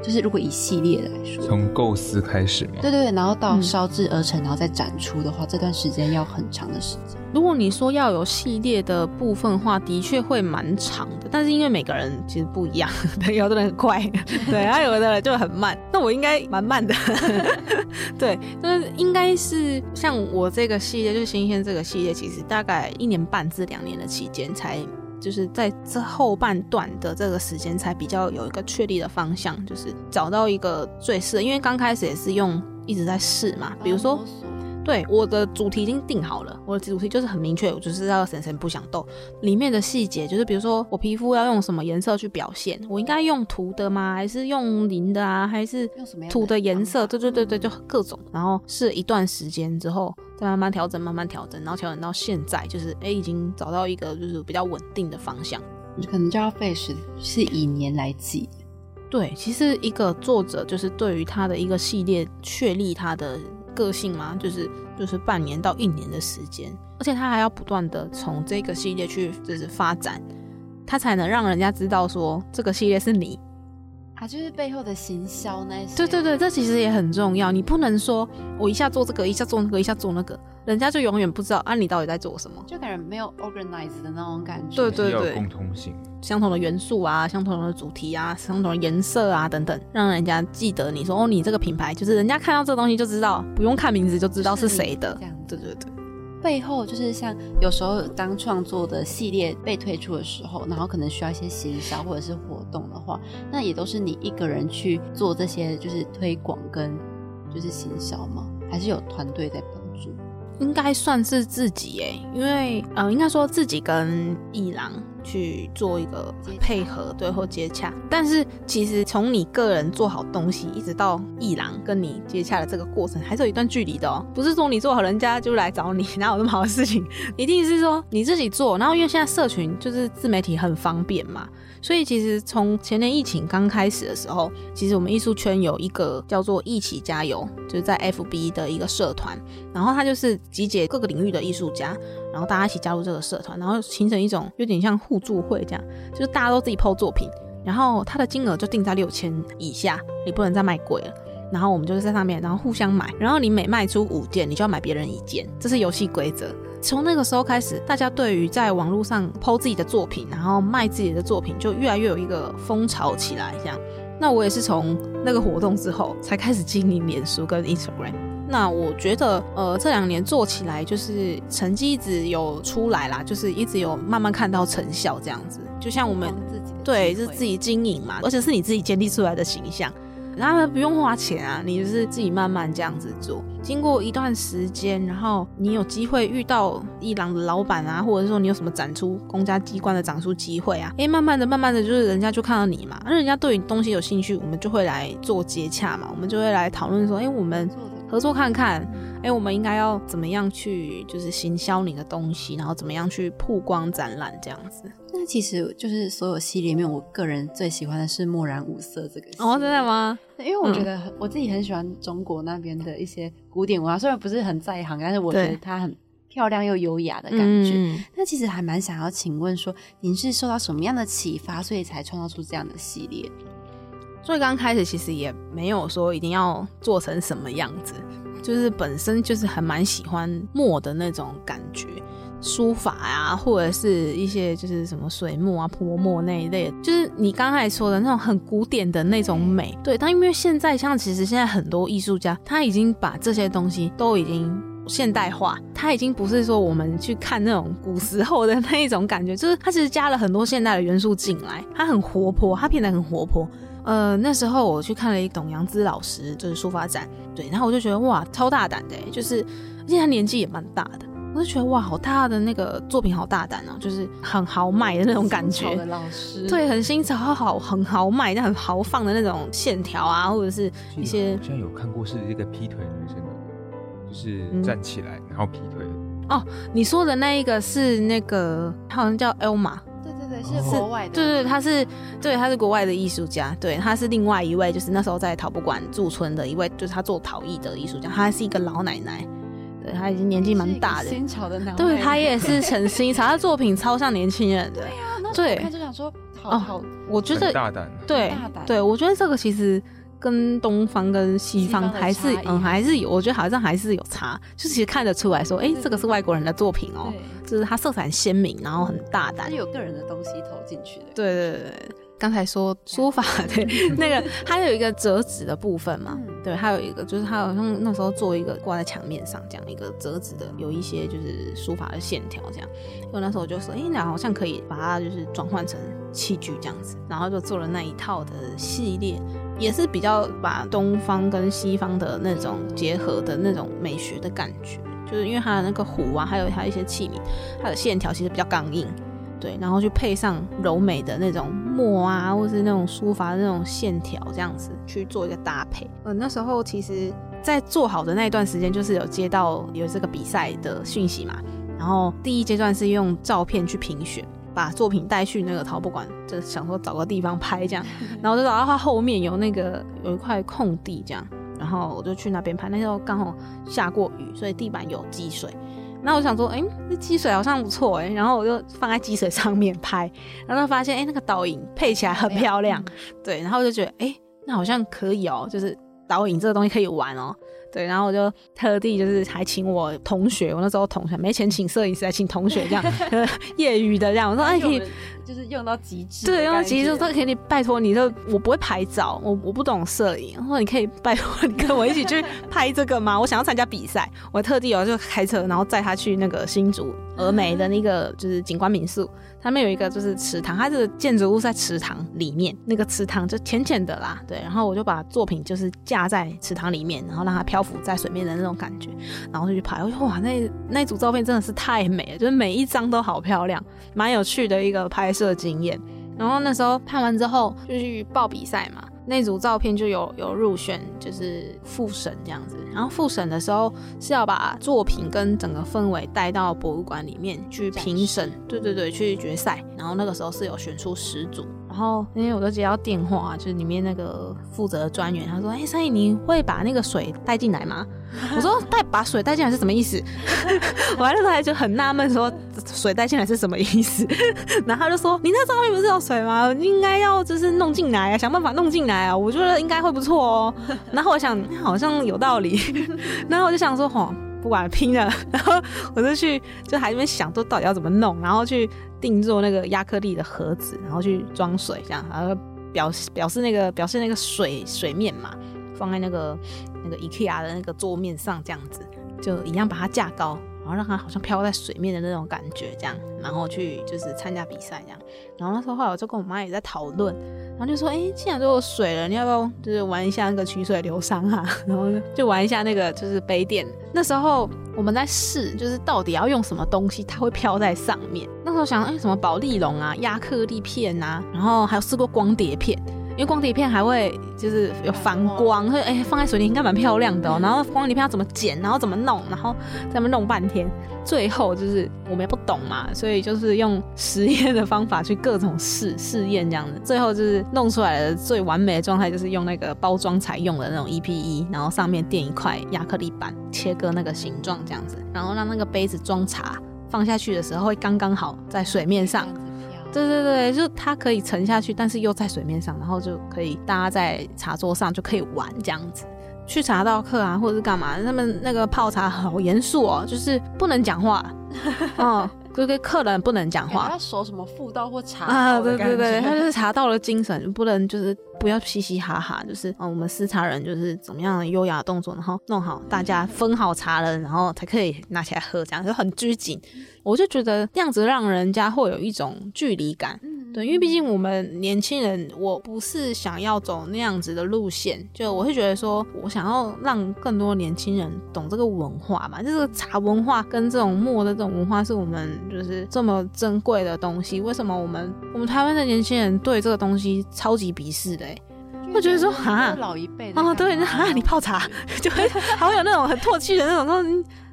就是如果以系列来说， 从构思开始嘛， 对对对，然后到烧制而成，然后再展出的话，这段时间要很长的时间。 如果你说要有系列的部分的话，的确会蛮长的，但是因为每个人其实不一样，对，有的人很快，对，然后有的人就很慢，那我应该蛮慢的，对，但是应该是像我这个系列，就是新鲜这个系列，其实大概一年半至两年的期间才。就是在这后半段的这个时间才比较有一个确立的方向，就是找到一个最适合，因为刚开始也是用一直在试嘛，比如说对，我的主题已经定好了，我的主题就是很明确，我就是要神神不想斗。里面的细节就是比如说我皮肤要用什么颜色去表现，我应该用涂的吗？还是用零的啊？还是涂的颜色？对对对对，就各种。然后试一段时间之后，再慢慢调整，慢慢调整，然后调整到现在，就是哎，已经找到一个就是比较稳定的方向。 可能就要费时，是以年来计。 对，其实一个作者就是对于他的一个系列确立他的个性嘛，就是就是半年到一年的时间，而且他还要不断的从这个系列去就是发展，他才能让人家知道说这个系列是你啊，就是背后的行销那些。 对对对，这其实也很重要，你不能说我一下做这个，一下做那个，一下做那个，人家就永远不知道啊你到底在做什么， 就感觉没有 organized 的那种感觉。 对对对， 要有共通性， 相同的元素啊，相同的主题啊，相同的颜色啊等等，让人家记得你说哦，你这个品牌就是人家看到这个东西就知道，不用看名字就知道是谁的。这样，对对对。 背后就是像有时候当创作的系列被推出的时候，然后可能需要一些行销或者是活动的话，那也都是你一个人去做这些就是推广跟就是行销吗？还是有团队在帮助？ 应该算是自己耶，因为呃，应该说自己跟艺廊去做一个配合，对，或接洽。但是其实从你个人做好东西，一直到艺廊跟你接洽的这个过程，还是有一段距离的哦。不是说你做好，人家就来找你，哪有那么好的事情？一定是说你自己做。然后因为现在社群就是自媒体很方便嘛，所以其实从前年疫情刚开始的时候，其实我们艺术圈有一个叫做一起加油，就是在 F B 的一个社团，然后它就是集结各个领域的艺术家，然后大家一起加入这个社团，然后形成一种有点像互助会这样，就是大家都自己 po 作品，然后它的金额就定在六千以下，你不能再卖贵了。然后我们就是在上面，然后互相买，然后你每卖出五件，你就要买别人一件，这是游戏规则。从那个时候开始，大家对于在网络上 po 自己的作品，然后卖自己的作品，就越来越有一个风潮起来。这样，那我也是从那个活动之后才开始经营脸书跟 Instagram。那我觉得，呃，这两年做起来就是成绩一直有出来啦，就是一直有慢慢看到成效，这样子。就像我们自己对，是自己经营嘛，而且是你自己建立出来的形象。然后不用花钱啊，你就是自己慢慢这样子做。经过一段时间，然后你有机会遇到艺廊的老板啊，或者说你有什么展出公家机关的展出机会啊，哎，慢慢的、慢慢的，就是人家就看到你嘛，那人家对你东西有兴趣，我们就会来做接洽嘛，我们就会来讨论说，哎，我们合作看看，哎，我们应该要怎么样去就是行销你的东西，然后怎么样去曝光展览这样子。 那其实就是所有系列里面，我个人最喜欢的是墨染五色这个系列。 哦，真的吗？ 因为我觉得我自己很喜欢中国那边的一些古典文化，虽然不是很在行，但是我觉得它很漂亮又优雅的感觉。嗯、那其实还蛮想要请问说，您是受到什么样的启发，所以才创造出这样的系列？ 所以刚开始其实也没有说一定要做成什么样子，就是本身就是还蛮喜欢墨的那种感觉。书法啊，或者是一些就是什么水墨啊、泼墨那一类的，就是你刚才说的那种很古典的那种美。对，但因为现在像其实现在很多艺术家，他已经把这些东西都已经现代化，他已经不是说我们去看那种古时候的那一种感觉，就是他其实加了很多现代的元素进来，他很活泼，他变得很活泼。呃，那时候我去看了一个董阳孜老师就是书法展，对，然后我就觉得哇，超大胆的，就是而且他年纪也蛮大的。我就觉得哇，好大的那个作品，好大胆哦，就是很豪迈的那种感觉。 新潮的老师， 对，很新潮，好很豪迈，但很豪放的那种线条啊，或者是一些。 好像有看过是一个劈腿女生的，就是站起来、嗯、然后劈腿。 哦，你说的那一个是那个，好像叫 Elma。 对对对，是国外的。 对对，他是对他是国外的艺术家，对，他是另外一位，就是那时候在陶博馆驻村的一位，就是他做陶艺的艺术家，他是一个老奶奶。对，他已经年纪蛮大的， 新潮的男， 对，他也是很新潮，他作品超像年轻人的。 对啊，那时候我看就想说，好好， 我觉得大胆， 对对，我觉得这个其实跟东方跟西方还是嗯还是有，我觉得好像还是有差，就其实看得出来说，哎、欸，这个是外国人的作品哦、喔，就是它色彩很鲜明，然后很大胆， 是有个人的东西投进去的。 对对对对。刚才说书法对那个，它有一个折纸的部分嘛，嗯、对，还有一个就是它好像那时候做一个挂在墙面上这样一个折纸的，有一些就是书法的线条这样。因为那时候我就说，哎、欸，那好像可以把它就是转换成器具这样子，然后就做了那一套的系列，也是比较把东方跟西方的那种结合的那种美学的感觉，就是因为它的那个壶啊，还有它一些器皿，它的线条其实比较刚硬。对，然后去配上柔美的那种墨啊，或是那种书法的那种线条，这样子去做一个搭配。呃，那时候其实在做好的那一段时间，就是有接到有这个比赛的讯息嘛。然后第一阶段是用照片去评选，把作品带去那个陶博馆，就想说找个地方拍这样。然后就找到它后面有那个有一块空地这样，然后我就去那边拍。那时候刚好下过雨，所以地板有积水。那我想说，哎、欸，这积水好像不错哎、欸，然后我就放在积水上面拍，然后发现，哎、欸，那个倒影配起来很漂亮，对，然后我就觉得，哎、欸，那好像可以哦、喔，就是倒影这个东西可以玩哦、喔，对，然后我就特地就是还请我同学，我那时候同学没钱请摄影师，还请同学这样，业余的这样，我说，哎、欸，可以。 就是用到极致， 对，用到极致，说可以拜托你，就我不会拍照，我我不懂摄影，然后你可以拜托你跟我一起去拍这个吗？我想要参加比赛，我特地有就开车，然后载他去那个新竹峨眉的那个就是景观民宿，他们有一个就是池塘，它的建筑物在池塘里面，那个池塘就浅浅的啦，对，然后我就把作品就是架在池塘里面，然后让它漂浮在水面的那种感觉，然后就去拍，我说哇，那那组照片真的是太美了，就是每一张都好漂亮，蛮有趣的一个拍摄经验。然后那时候拍完之后就去报比赛嘛，那组照片就有有入选，就是复审这样子。然后复审的时候是要把作品跟整个氛围带到博物馆里面去评审，对对对，去决赛。然后那个时候是有选出十组。然后那天我就接到电话，就是里面那个负责的专员，他说：“哎、欸，珊姨，你会把那个水带进来吗？”我说：“带把水带进来是什么意思？”我那时候还就很纳闷，说水带进来是什么意思？然后他就说：“你那照片不是有水吗？应该要就是弄进来啊，想办法弄进来啊，我觉得应该会不错哦。”然后我想好像有道理，然后我就想说：“哦，不管拼了。”然后我就去就还在那边想，都到底要怎么弄，然后去定做那个亚克力的盒子，然后去装水，这样，然后表表示那个表示那个水水面嘛，放在那个那个 IKEA 的那个桌面上，这样子就一样把它架高，然后让它好像飘在水面的那种感觉，这样，然后去就是参加比赛这样。然后那时候后来我就跟我妈也在讨论，然后就说，哎、欸，既然都有水了，你要不要就是玩一下那个曲水流觞啊？然后就玩一下那个就是杯垫。那时候我们在试，就是到底要用什么东西它会飘在上面。那时候想，哎、欸，什么保丽龙啊、亚克力片啊，然后还有试过光碟片。因为光碟片还会就是有反光，所以哎，放在水里应该蛮漂亮的哦。然后光碟片要怎么剪，然后怎么弄，然后在那边弄半天，最后就是我们也不懂嘛，所以就是用实验的方法去各种试试验这样子，最后就是弄出来的最完美的状态，就是用那个包装采用的那种 E P E， 然后上面垫一块亚克力板，切割那个形状这样子，然后让那个杯子装茶放下去的时候会刚刚好在水面上。对对对，就它可以沉下去，但是又在水面上，然后就可以大家在茶桌上就可以玩这样子。去茶道课啊，或者是干嘛，他们那个泡茶好严肃哦，就是不能讲话，哦，就跟客人不能讲话， 要守什么妇道或茶啊，对对对，他就是茶道的精神，不能就是不要嘻嘻哈哈，就是、哦、我们施茶人就是怎么样的优雅的动作，然后弄好，大家分好茶了，然后才可以拿起来喝，这样就很拘谨。我就觉得这样子让人家会有一种距离感，嗯、对，因为毕竟我们年轻人，我不是想要走那样子的路线，就我会觉得说，我想要让更多年轻人懂这个文化嘛，这个茶文化跟这种墨的这种文化是我们就是这么珍贵的东西，为什么我们我们台湾的年轻人对这个东西超级鄙视的、欸？我觉得说哈， 老一辈的哦，对，哈，你泡茶就会还会有那种很唾弃的那种说，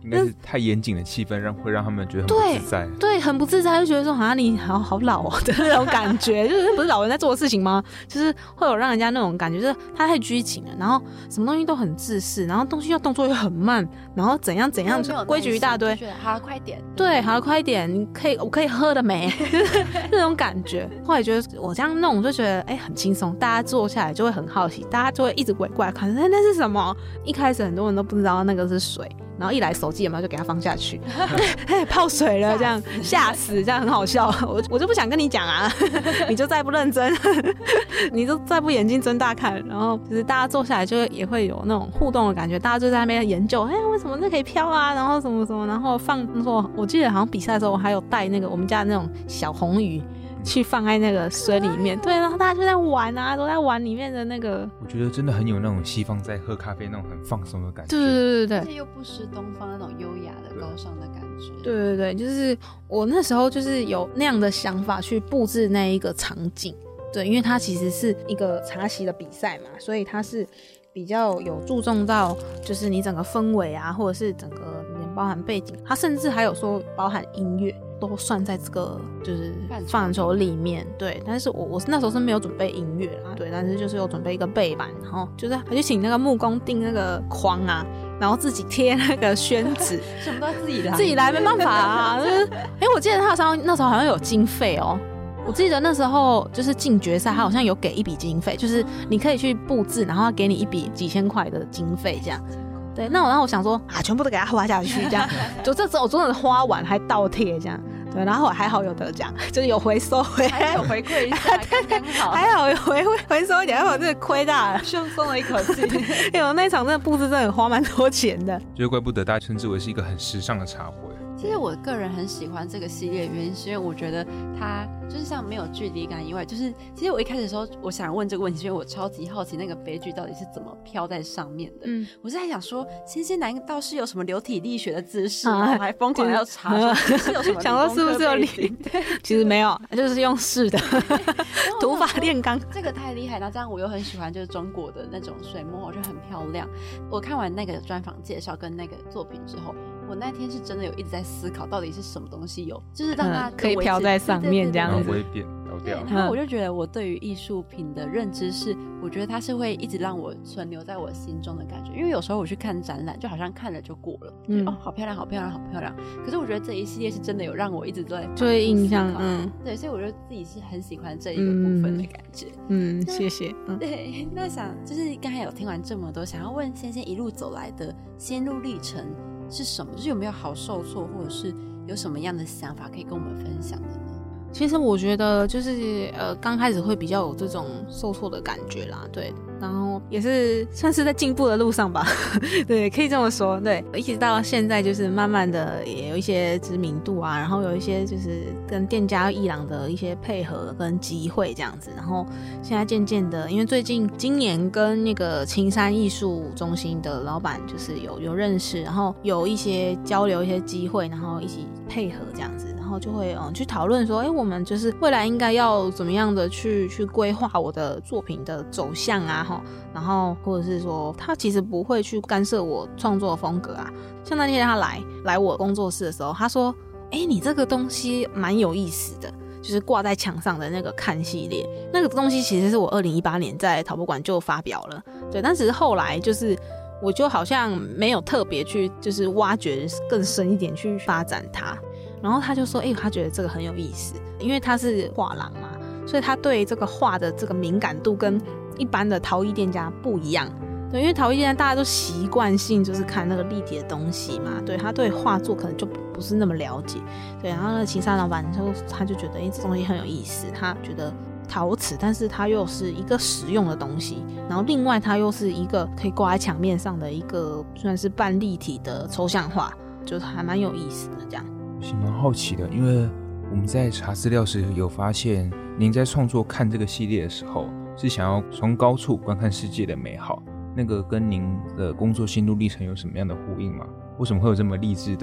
应该是太严谨的气氛让会让他们觉得很不自在。 对，很不自在，就觉得说好像你好好老哦的那种感觉，就是不是老人在做的事情吗？就是会有让人家那种感觉，就是他太拘谨了，然后什么东西都很自私，然后东西要动作又很慢，然后怎样怎样规矩一大堆。 好了，快点。 对，好了，快一点，你可以，我可以喝的没？那种感觉。后来觉得我这样弄，就觉得哎、欸、很轻松，大家坐下来就会很好奇，大家就会一直围过来看，哎、欸、那是什么？一开始很多人都不知道那个是水。然后一来手机有没有就给他放下去，泡水了这样吓死，这样很好笑。我我就不想跟你讲啊，你就再不认真，你就再不眼睛睁大看，然后就是大家坐下来就也会有那种互动的感觉，大家就在那边研究，哎、欸，为什么这可以飘啊？然后什么什么，然后放说，我记得好像比赛的时候我还有带那个我们家的那种小红鱼。去放在那个水里面，对，然后大家就在玩啊，都在玩里面的那个。 我觉得真的很有那种西方在喝咖啡那种很放松的感觉。 对对对对， 而且又不失东方那种优雅的高尚的感觉。 对对对，就是我那时候就是有那样的想法去布置那一个场景。对，因为它其实是一个茶席的比赛嘛，所以它是比较有注重到就是你整个氛围啊，或者是整个包含背景，它甚至还有说包含音乐。都算在这个就是范畴里面，对。但是我我那时候是没有准备音乐啦，对。但是就是有准备一个背板，然后就是还去请那个木工订那个框啊，然后自己贴那个宣纸， 什么都要自己来， 自己来没办法啊。就是，哎、欸，我记得他好像那时候好像有经费哦。我记得那时候就是进决赛，他好像有给一笔经费，就是你可以去布置，然后给你一笔几千块的经费这样。对，那我然后我想说啊，全部都给他花下去，这样，就这次我真的花完还倒贴这样，对，然后我还好有得奖，就是有回收回， 还有回馈一下，刚刚好， 还好有回回收一点，要不然真的亏大了， 就松了一口气。 因为我那场真的布置真的花蛮多钱的， 觉得怪不得大家称之为是一个很时尚的茶会。 其实我个人很喜欢这个系列的原因是因为我觉得它就是像没有距离感以外，就是其实我一开始的时候我想问这个问题是因为我超级好奇那个杯具到底是怎么飘在上面的。嗯，我是在想说仙仙难道是有什么流体力学的姿势吗？啊、我还疯狂要查说是有什么想说是不是有理其实没有，就是用试的土法炼钢， 这个太厉害。然后这样我又很喜欢就是中国的那种水墨，我觉得很漂亮。我看完那个专访介绍跟那个作品之后，我那天是真的有一直在思考到底是什么东西有就是让它、 嗯、可以飘在上面这样子， 然后不会变倒掉。 然后我就觉得我对于艺术品的认知是我觉得它是会一直让我存留在我心中的感觉，因为有时候我去看展览就好像看了就过了、嗯、哦好漂亮好漂亮好漂亮，可是我觉得这一系列是真的有让我一直都在就会印象，嗯， 对，所以我觉得自己是很喜欢这一个部分的感觉。 嗯，嗯谢谢、嗯、 对，那想就是刚才有听完这么多，想要问仙仙一路走来的心路历程是什么？就是有没有好受挫，或者是有什么样的想法可以跟我们分享的呢？ 其实我觉得就是呃，刚开始会比较有这种受挫的感觉啦，对，然后也是算是在进步的路上吧，对，可以这么说，对，一直到现在就是慢慢的也有一些知名度啊，然后有一些就是跟店家艺廊的一些配合跟机会这样子，然后现在渐渐的，因为最近今年跟那个青山艺术中心的老板就是有有认识，然后有一些交流一些机会，然后一起配合这样子。然后就会嗯去讨论说，哎，我们就是未来应该要怎么样的去去规划我的作品的走向啊，哈，然后或者是说他其实不会去干涉我创作的风格啊。像那天他来来我工作室的时候，他说，哎，你这个东西蛮有意思的，就是挂在墙上的那个看系列，那个东西其实是我二零一八年在陶博馆就发表了，对，但只是后来就是我就好像没有特别去就是挖掘更深一点去发展它。然后他就说，哎、欸，他觉得这个很有意思，因为他是画廊嘛，所以他对这个画的这个敏感度跟一般的陶艺店家不一样。对，因为陶艺店家大家都习惯性就是看那个立体的东西嘛，对，他对画作可能就不是那么了解。对，然后那个青山老板就他就觉得，哎、欸，这东西很有意思，他觉得陶瓷，但是它又是一个实用的东西，然后另外它又是一个可以挂在墙面上的一个算是半立体的抽象画，就是还蛮有意思的这样。 是蛮好奇的，因为我们在查资料时有发现，您在创作看这个系列的时候，是想要从高处观看世界的美好，那个跟您的工作心路历程有什么样的呼应吗？为什么会有这么励志的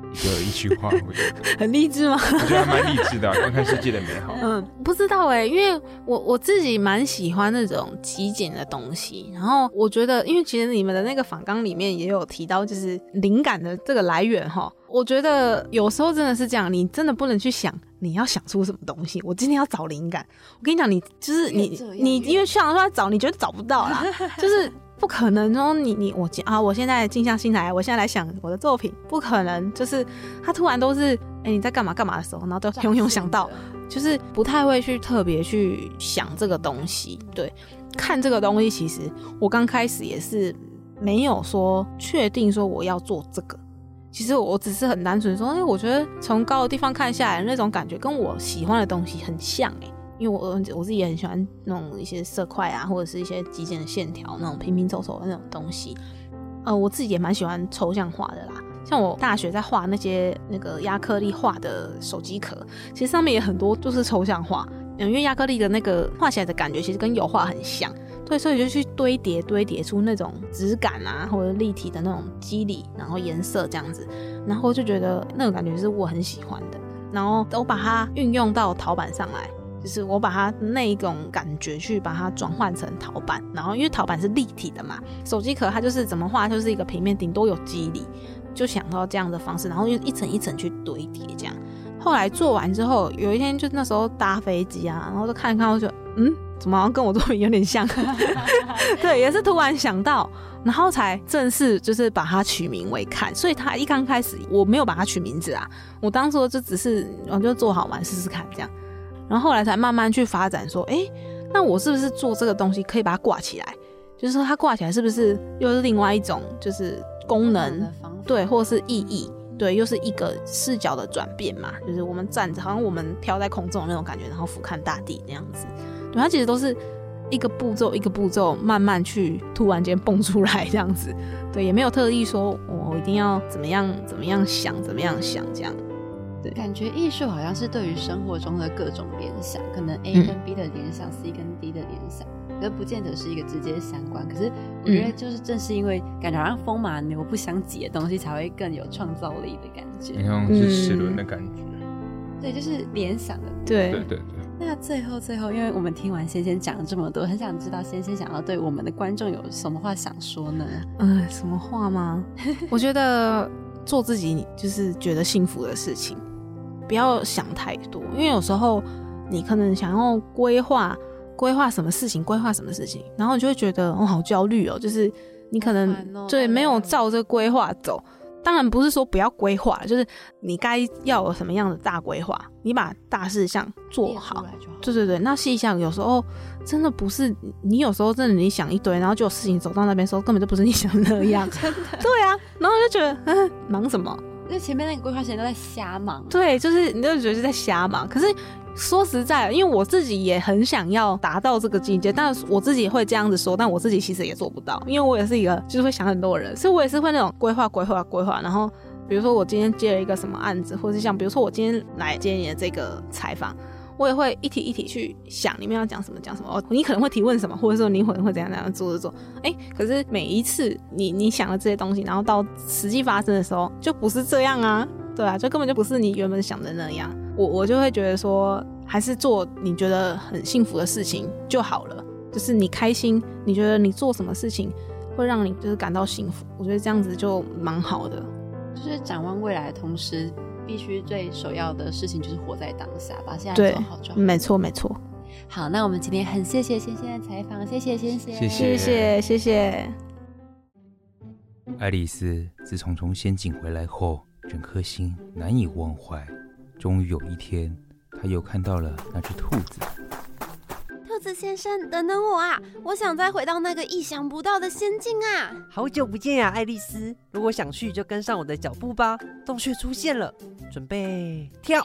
一个一句话，我觉得很励志吗？ 我觉得还蛮励志的、啊，观看世界的美好。 嗯，不知道哎、欸，因为我我自己蛮喜欢那种极简的东西，然后我觉得，因为其实你们的那个访纲里面也有提到，就是灵感的这个来源哈，我觉得有时候真的是这样，你真的不能去想你要想出什么东西。我今天要找灵感，我跟你讲，你就是你你因为想说要找，你觉得找不到啦，就是不可能哦。你你我啊，我现在静下心来，我现在来想我的作品，不可能，就是他突然都是哎、欸、你在干嘛干嘛的时候，然后都涌涌想到，就是不太会去特别去想这个东西。对，看这个东西，其实我刚开始也是没有说确定说我要做这个。其实我只是很单纯说，哎、欸，我觉得从高的地方看下来，那种感觉跟我喜欢的东西很像哎、欸，因为我我自己也很喜欢那种一些色块啊，或者是一些极简的线条，那种拼拼凑凑的那种东西。呃，我自己也蛮喜欢抽象画的啦，像我大学在画那些那个亚克力画的手机壳，其实上面也很多就是抽象画，嗯，因为亚克力的那个画起来的感觉其实跟油画很像。对，所以就去堆叠堆叠出那种质感啊，或者立体的那种肌理，然后颜色这样子，然后就觉得那个感觉是我很喜欢的，然后我把它运用到陶板上来，就是我把它那一种感觉去把它转换成陶板，然后因为陶板是立体的嘛，手机壳它就是怎么画就是一个平面，顶多有肌理，就想到这样的方式，然后就一层一层去堆叠这样。后来做完之后，有一天就那时候搭飞机啊，然后就看一看，我就嗯。怎么好像跟我作品有点像对，也是突然想到，然后才正式就是把它取名为看。所以他一刚开始我没有把它取名字啊，我当初就只是我就做好玩试试看这样，然后后来才慢慢去发展说，哎，那我是不是做这个东西可以把它挂起来，就是说它挂起来是不是又是另外一种就是功能，对，或是意义，对，又是一个视角的转变嘛，就是我们站着好像我们飘在空中的那种感觉，然后俯瞰大地那样子。对，它其实都是一个步骤一个步骤慢慢去突然间蹦出来这样子。对，也没有特意说我一定要怎么样怎么样想怎么样想这样。对， 感觉艺术好像是对于生活中的各种联想，可能 A 跟 B 的联想、嗯、C 跟 D 的联想，可是不见得是一个直接相关。可是我觉得就是正是因为感觉好像风马牛不相及的东西才会更有创造力的感觉， 好像是齿轮的感觉、 嗯、对，就是联想的。 对对对对。 那最后最后，因为我们听完仙仙讲了这么多，很想知道仙仙想要对我们的观众有什么话想说呢？ 嗯、呃，什么话吗？我觉得做自己就是觉得幸福的事情，不要想太多，因为有时候你可能想要规划规划什么事情，规划什么事情，然后你就会觉得哦好焦虑哦，就是你可能、哦、对没有照这规划走。当然不是说不要规划，就是你该要有什么样的大规划，你把大事项做好。对对对，那细项有时候真的不是你有时候真的你想一堆，然后就有事情走到那边的时候，根本就不是你想的那样。 真的。 对啊，然后就觉得嗯，忙什么？ 因为前面那个规划时间都在瞎忙。 对，就是你就觉得是在瞎忙。可是说实在，因为我自己也很想要达到这个境界，但是我自己也会这样子说，但我自己其实也做不到，因为我也是一个就是会想很多的人，所以我也是会那种规划规划规划，然后比如说我今天接了一个什么案子，或是像比如说我今天来接你的这个采访，我也会一题一题去想里面要讲什么讲什么、哦、你可能会提问什么，或者说你可能会怎样怎样做做做，哎，可是每一次你你想的这些东西，然后到实际发生的时候就不是这样啊，对啊，就根本就不是你原本想的那样，我我就会觉得说还是做你觉得很幸福的事情就好了，就是你开心，你觉得你做什么事情会让你就是感到幸福，我觉得这样子就蛮好的。 就是展望未来的同时，必须最首要的事情就是活在当下，把现在做好就好。 没错没错。 好，那我们今天很谢谢仙仙的采访，谢谢仙仙， 谢谢谢谢谢。 爱丽丝自从从仙境回来后，整颗心难以忘怀。终于有一天，她又看到了那只兔子。 兔子先生，等等我啊！我想再回到那个意想不到的仙境啊！ 好久不见呀、啊，爱丽丝！如果想去，就跟上我的脚步吧。洞穴出现了，准备跳！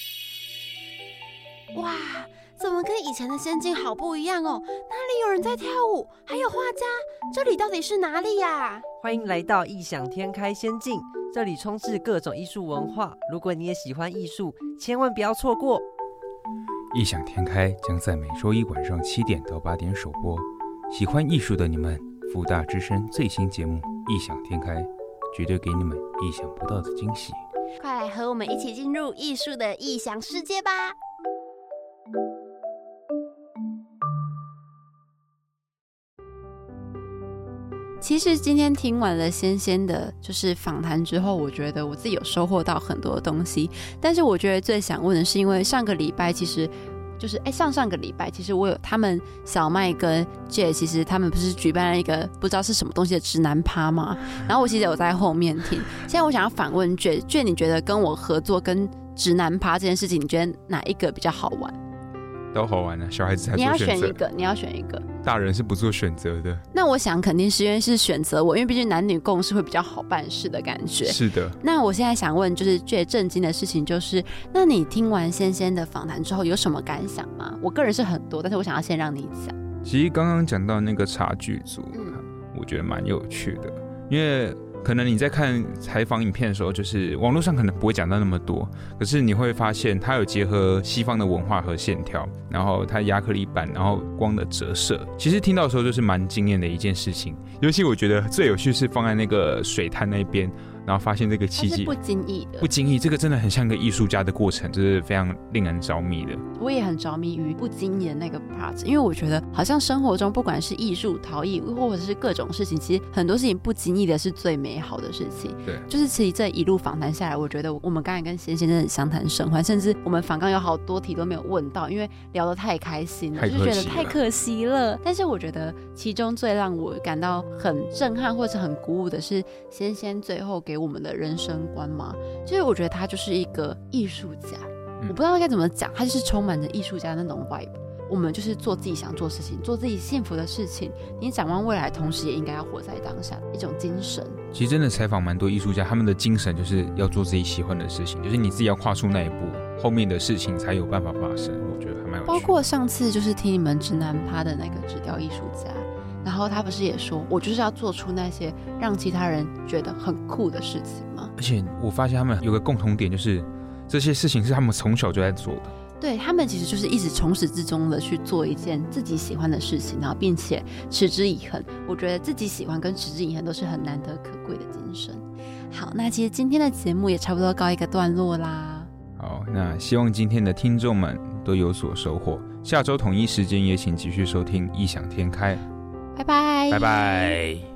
哇，怎么跟以前的仙境好不一样哦？哪里有人在跳舞？还有画家？这里到底是哪里呀、啊？ 欢迎来到异想天开仙境，这里充斥各种艺术文化。如果你也喜欢艺术，千万不要错过。 异想天开将在每周一晚上七点到八点首播。喜欢艺术的你们，福大之声最新节目《异想天开》绝对给你们意想不到的惊喜。 快来和我们一起进入艺术的异想世界吧！ 其实今天听完了仙仙的就是访谈之后，我觉得我自己有收获到很多东西。但是我觉得最想问的是，因为上个礼拜其实就是哎上上个礼拜，其实我有他们小麦跟 J， 其实他们不是举办了一个不知道是什么东西的直男趴吗？然后我其实有在后面听。现在我想要反问 J， J 你觉得跟我合作跟直男趴这件事情，你觉得哪一个比较好玩？ 都好玩啊，小孩子才你要做选择。 选一个，你要选一个。 大人是不做选择的。 那我想肯定是因为是选择我，因为毕竟男女共识会比较好办事的感觉。 是的。 那我现在想问，就是最震惊的事情就是，那你听完仙仙的访谈之后有什么感想吗？我个人是很多，但是我想要先让你讲。 其实刚刚讲到那个茶具组，嗯、我觉得蛮有趣的，因为可能你在看采访影片的时候，就是网络上可能不会讲到那么多，可是你会发现它有结合西方的文化和线条，然后它亚克力板，然后光的折射，其实听到的时候就是蛮惊艳的一件事情。尤其我觉得最有趣是放在那个水滩那边，然后发现这个奇迹， 不经意的， 不经意，这个真的很像个艺术家的过程，这是非常令人着迷的。 我也很着迷于不经意的那个 part， 因为我觉得好像生活中不管是艺术、陶艺，或者是各种事情，其实很多事情不经意的是最美好的事情。 对， 就是其实这一路访谈下来，我觉得我们刚才跟仙仙真的相谈甚欢，甚至我们访纲有好多题都没有问到，因为聊得太开心了，就觉得太可惜了。但是我觉得其中最让我感到很震撼或是很鼓舞的是仙仙最后给我们的人生观嘛，就是我觉得他就是一个艺术家，嗯、我不知道该怎么讲，他就是充满着艺术家那种 vibe。我们就是做自己想做的事情，做自己幸福的事情。你展望未来，同时也应该要活在当下，一种精神。 其实真的采访蛮多艺术家，他们的精神就是要做自己喜欢的事情，就是你自己要跨出那一步，后面的事情才有办法发生。我觉得还蛮有趣的。 包括上次就是听你们直男趴的那个纸雕艺术家，然后他不是也说，我就是要做出那些让其他人觉得很酷的事情吗？ 而且我发现他们有个共同点，就是这些事情是他们从小就在做的。 对，他们其实就是一直从始至终的去做一件自己喜欢的事情，然后并且持之以恒。我觉得自己喜欢跟持之以恒都是很难得可贵的精神。好，那其实今天的节目也差不多告一个段落啦。 好，那希望今天的听众们都有所收获。下周同一时间也请继续收听异想天开。 拜拜， 拜拜。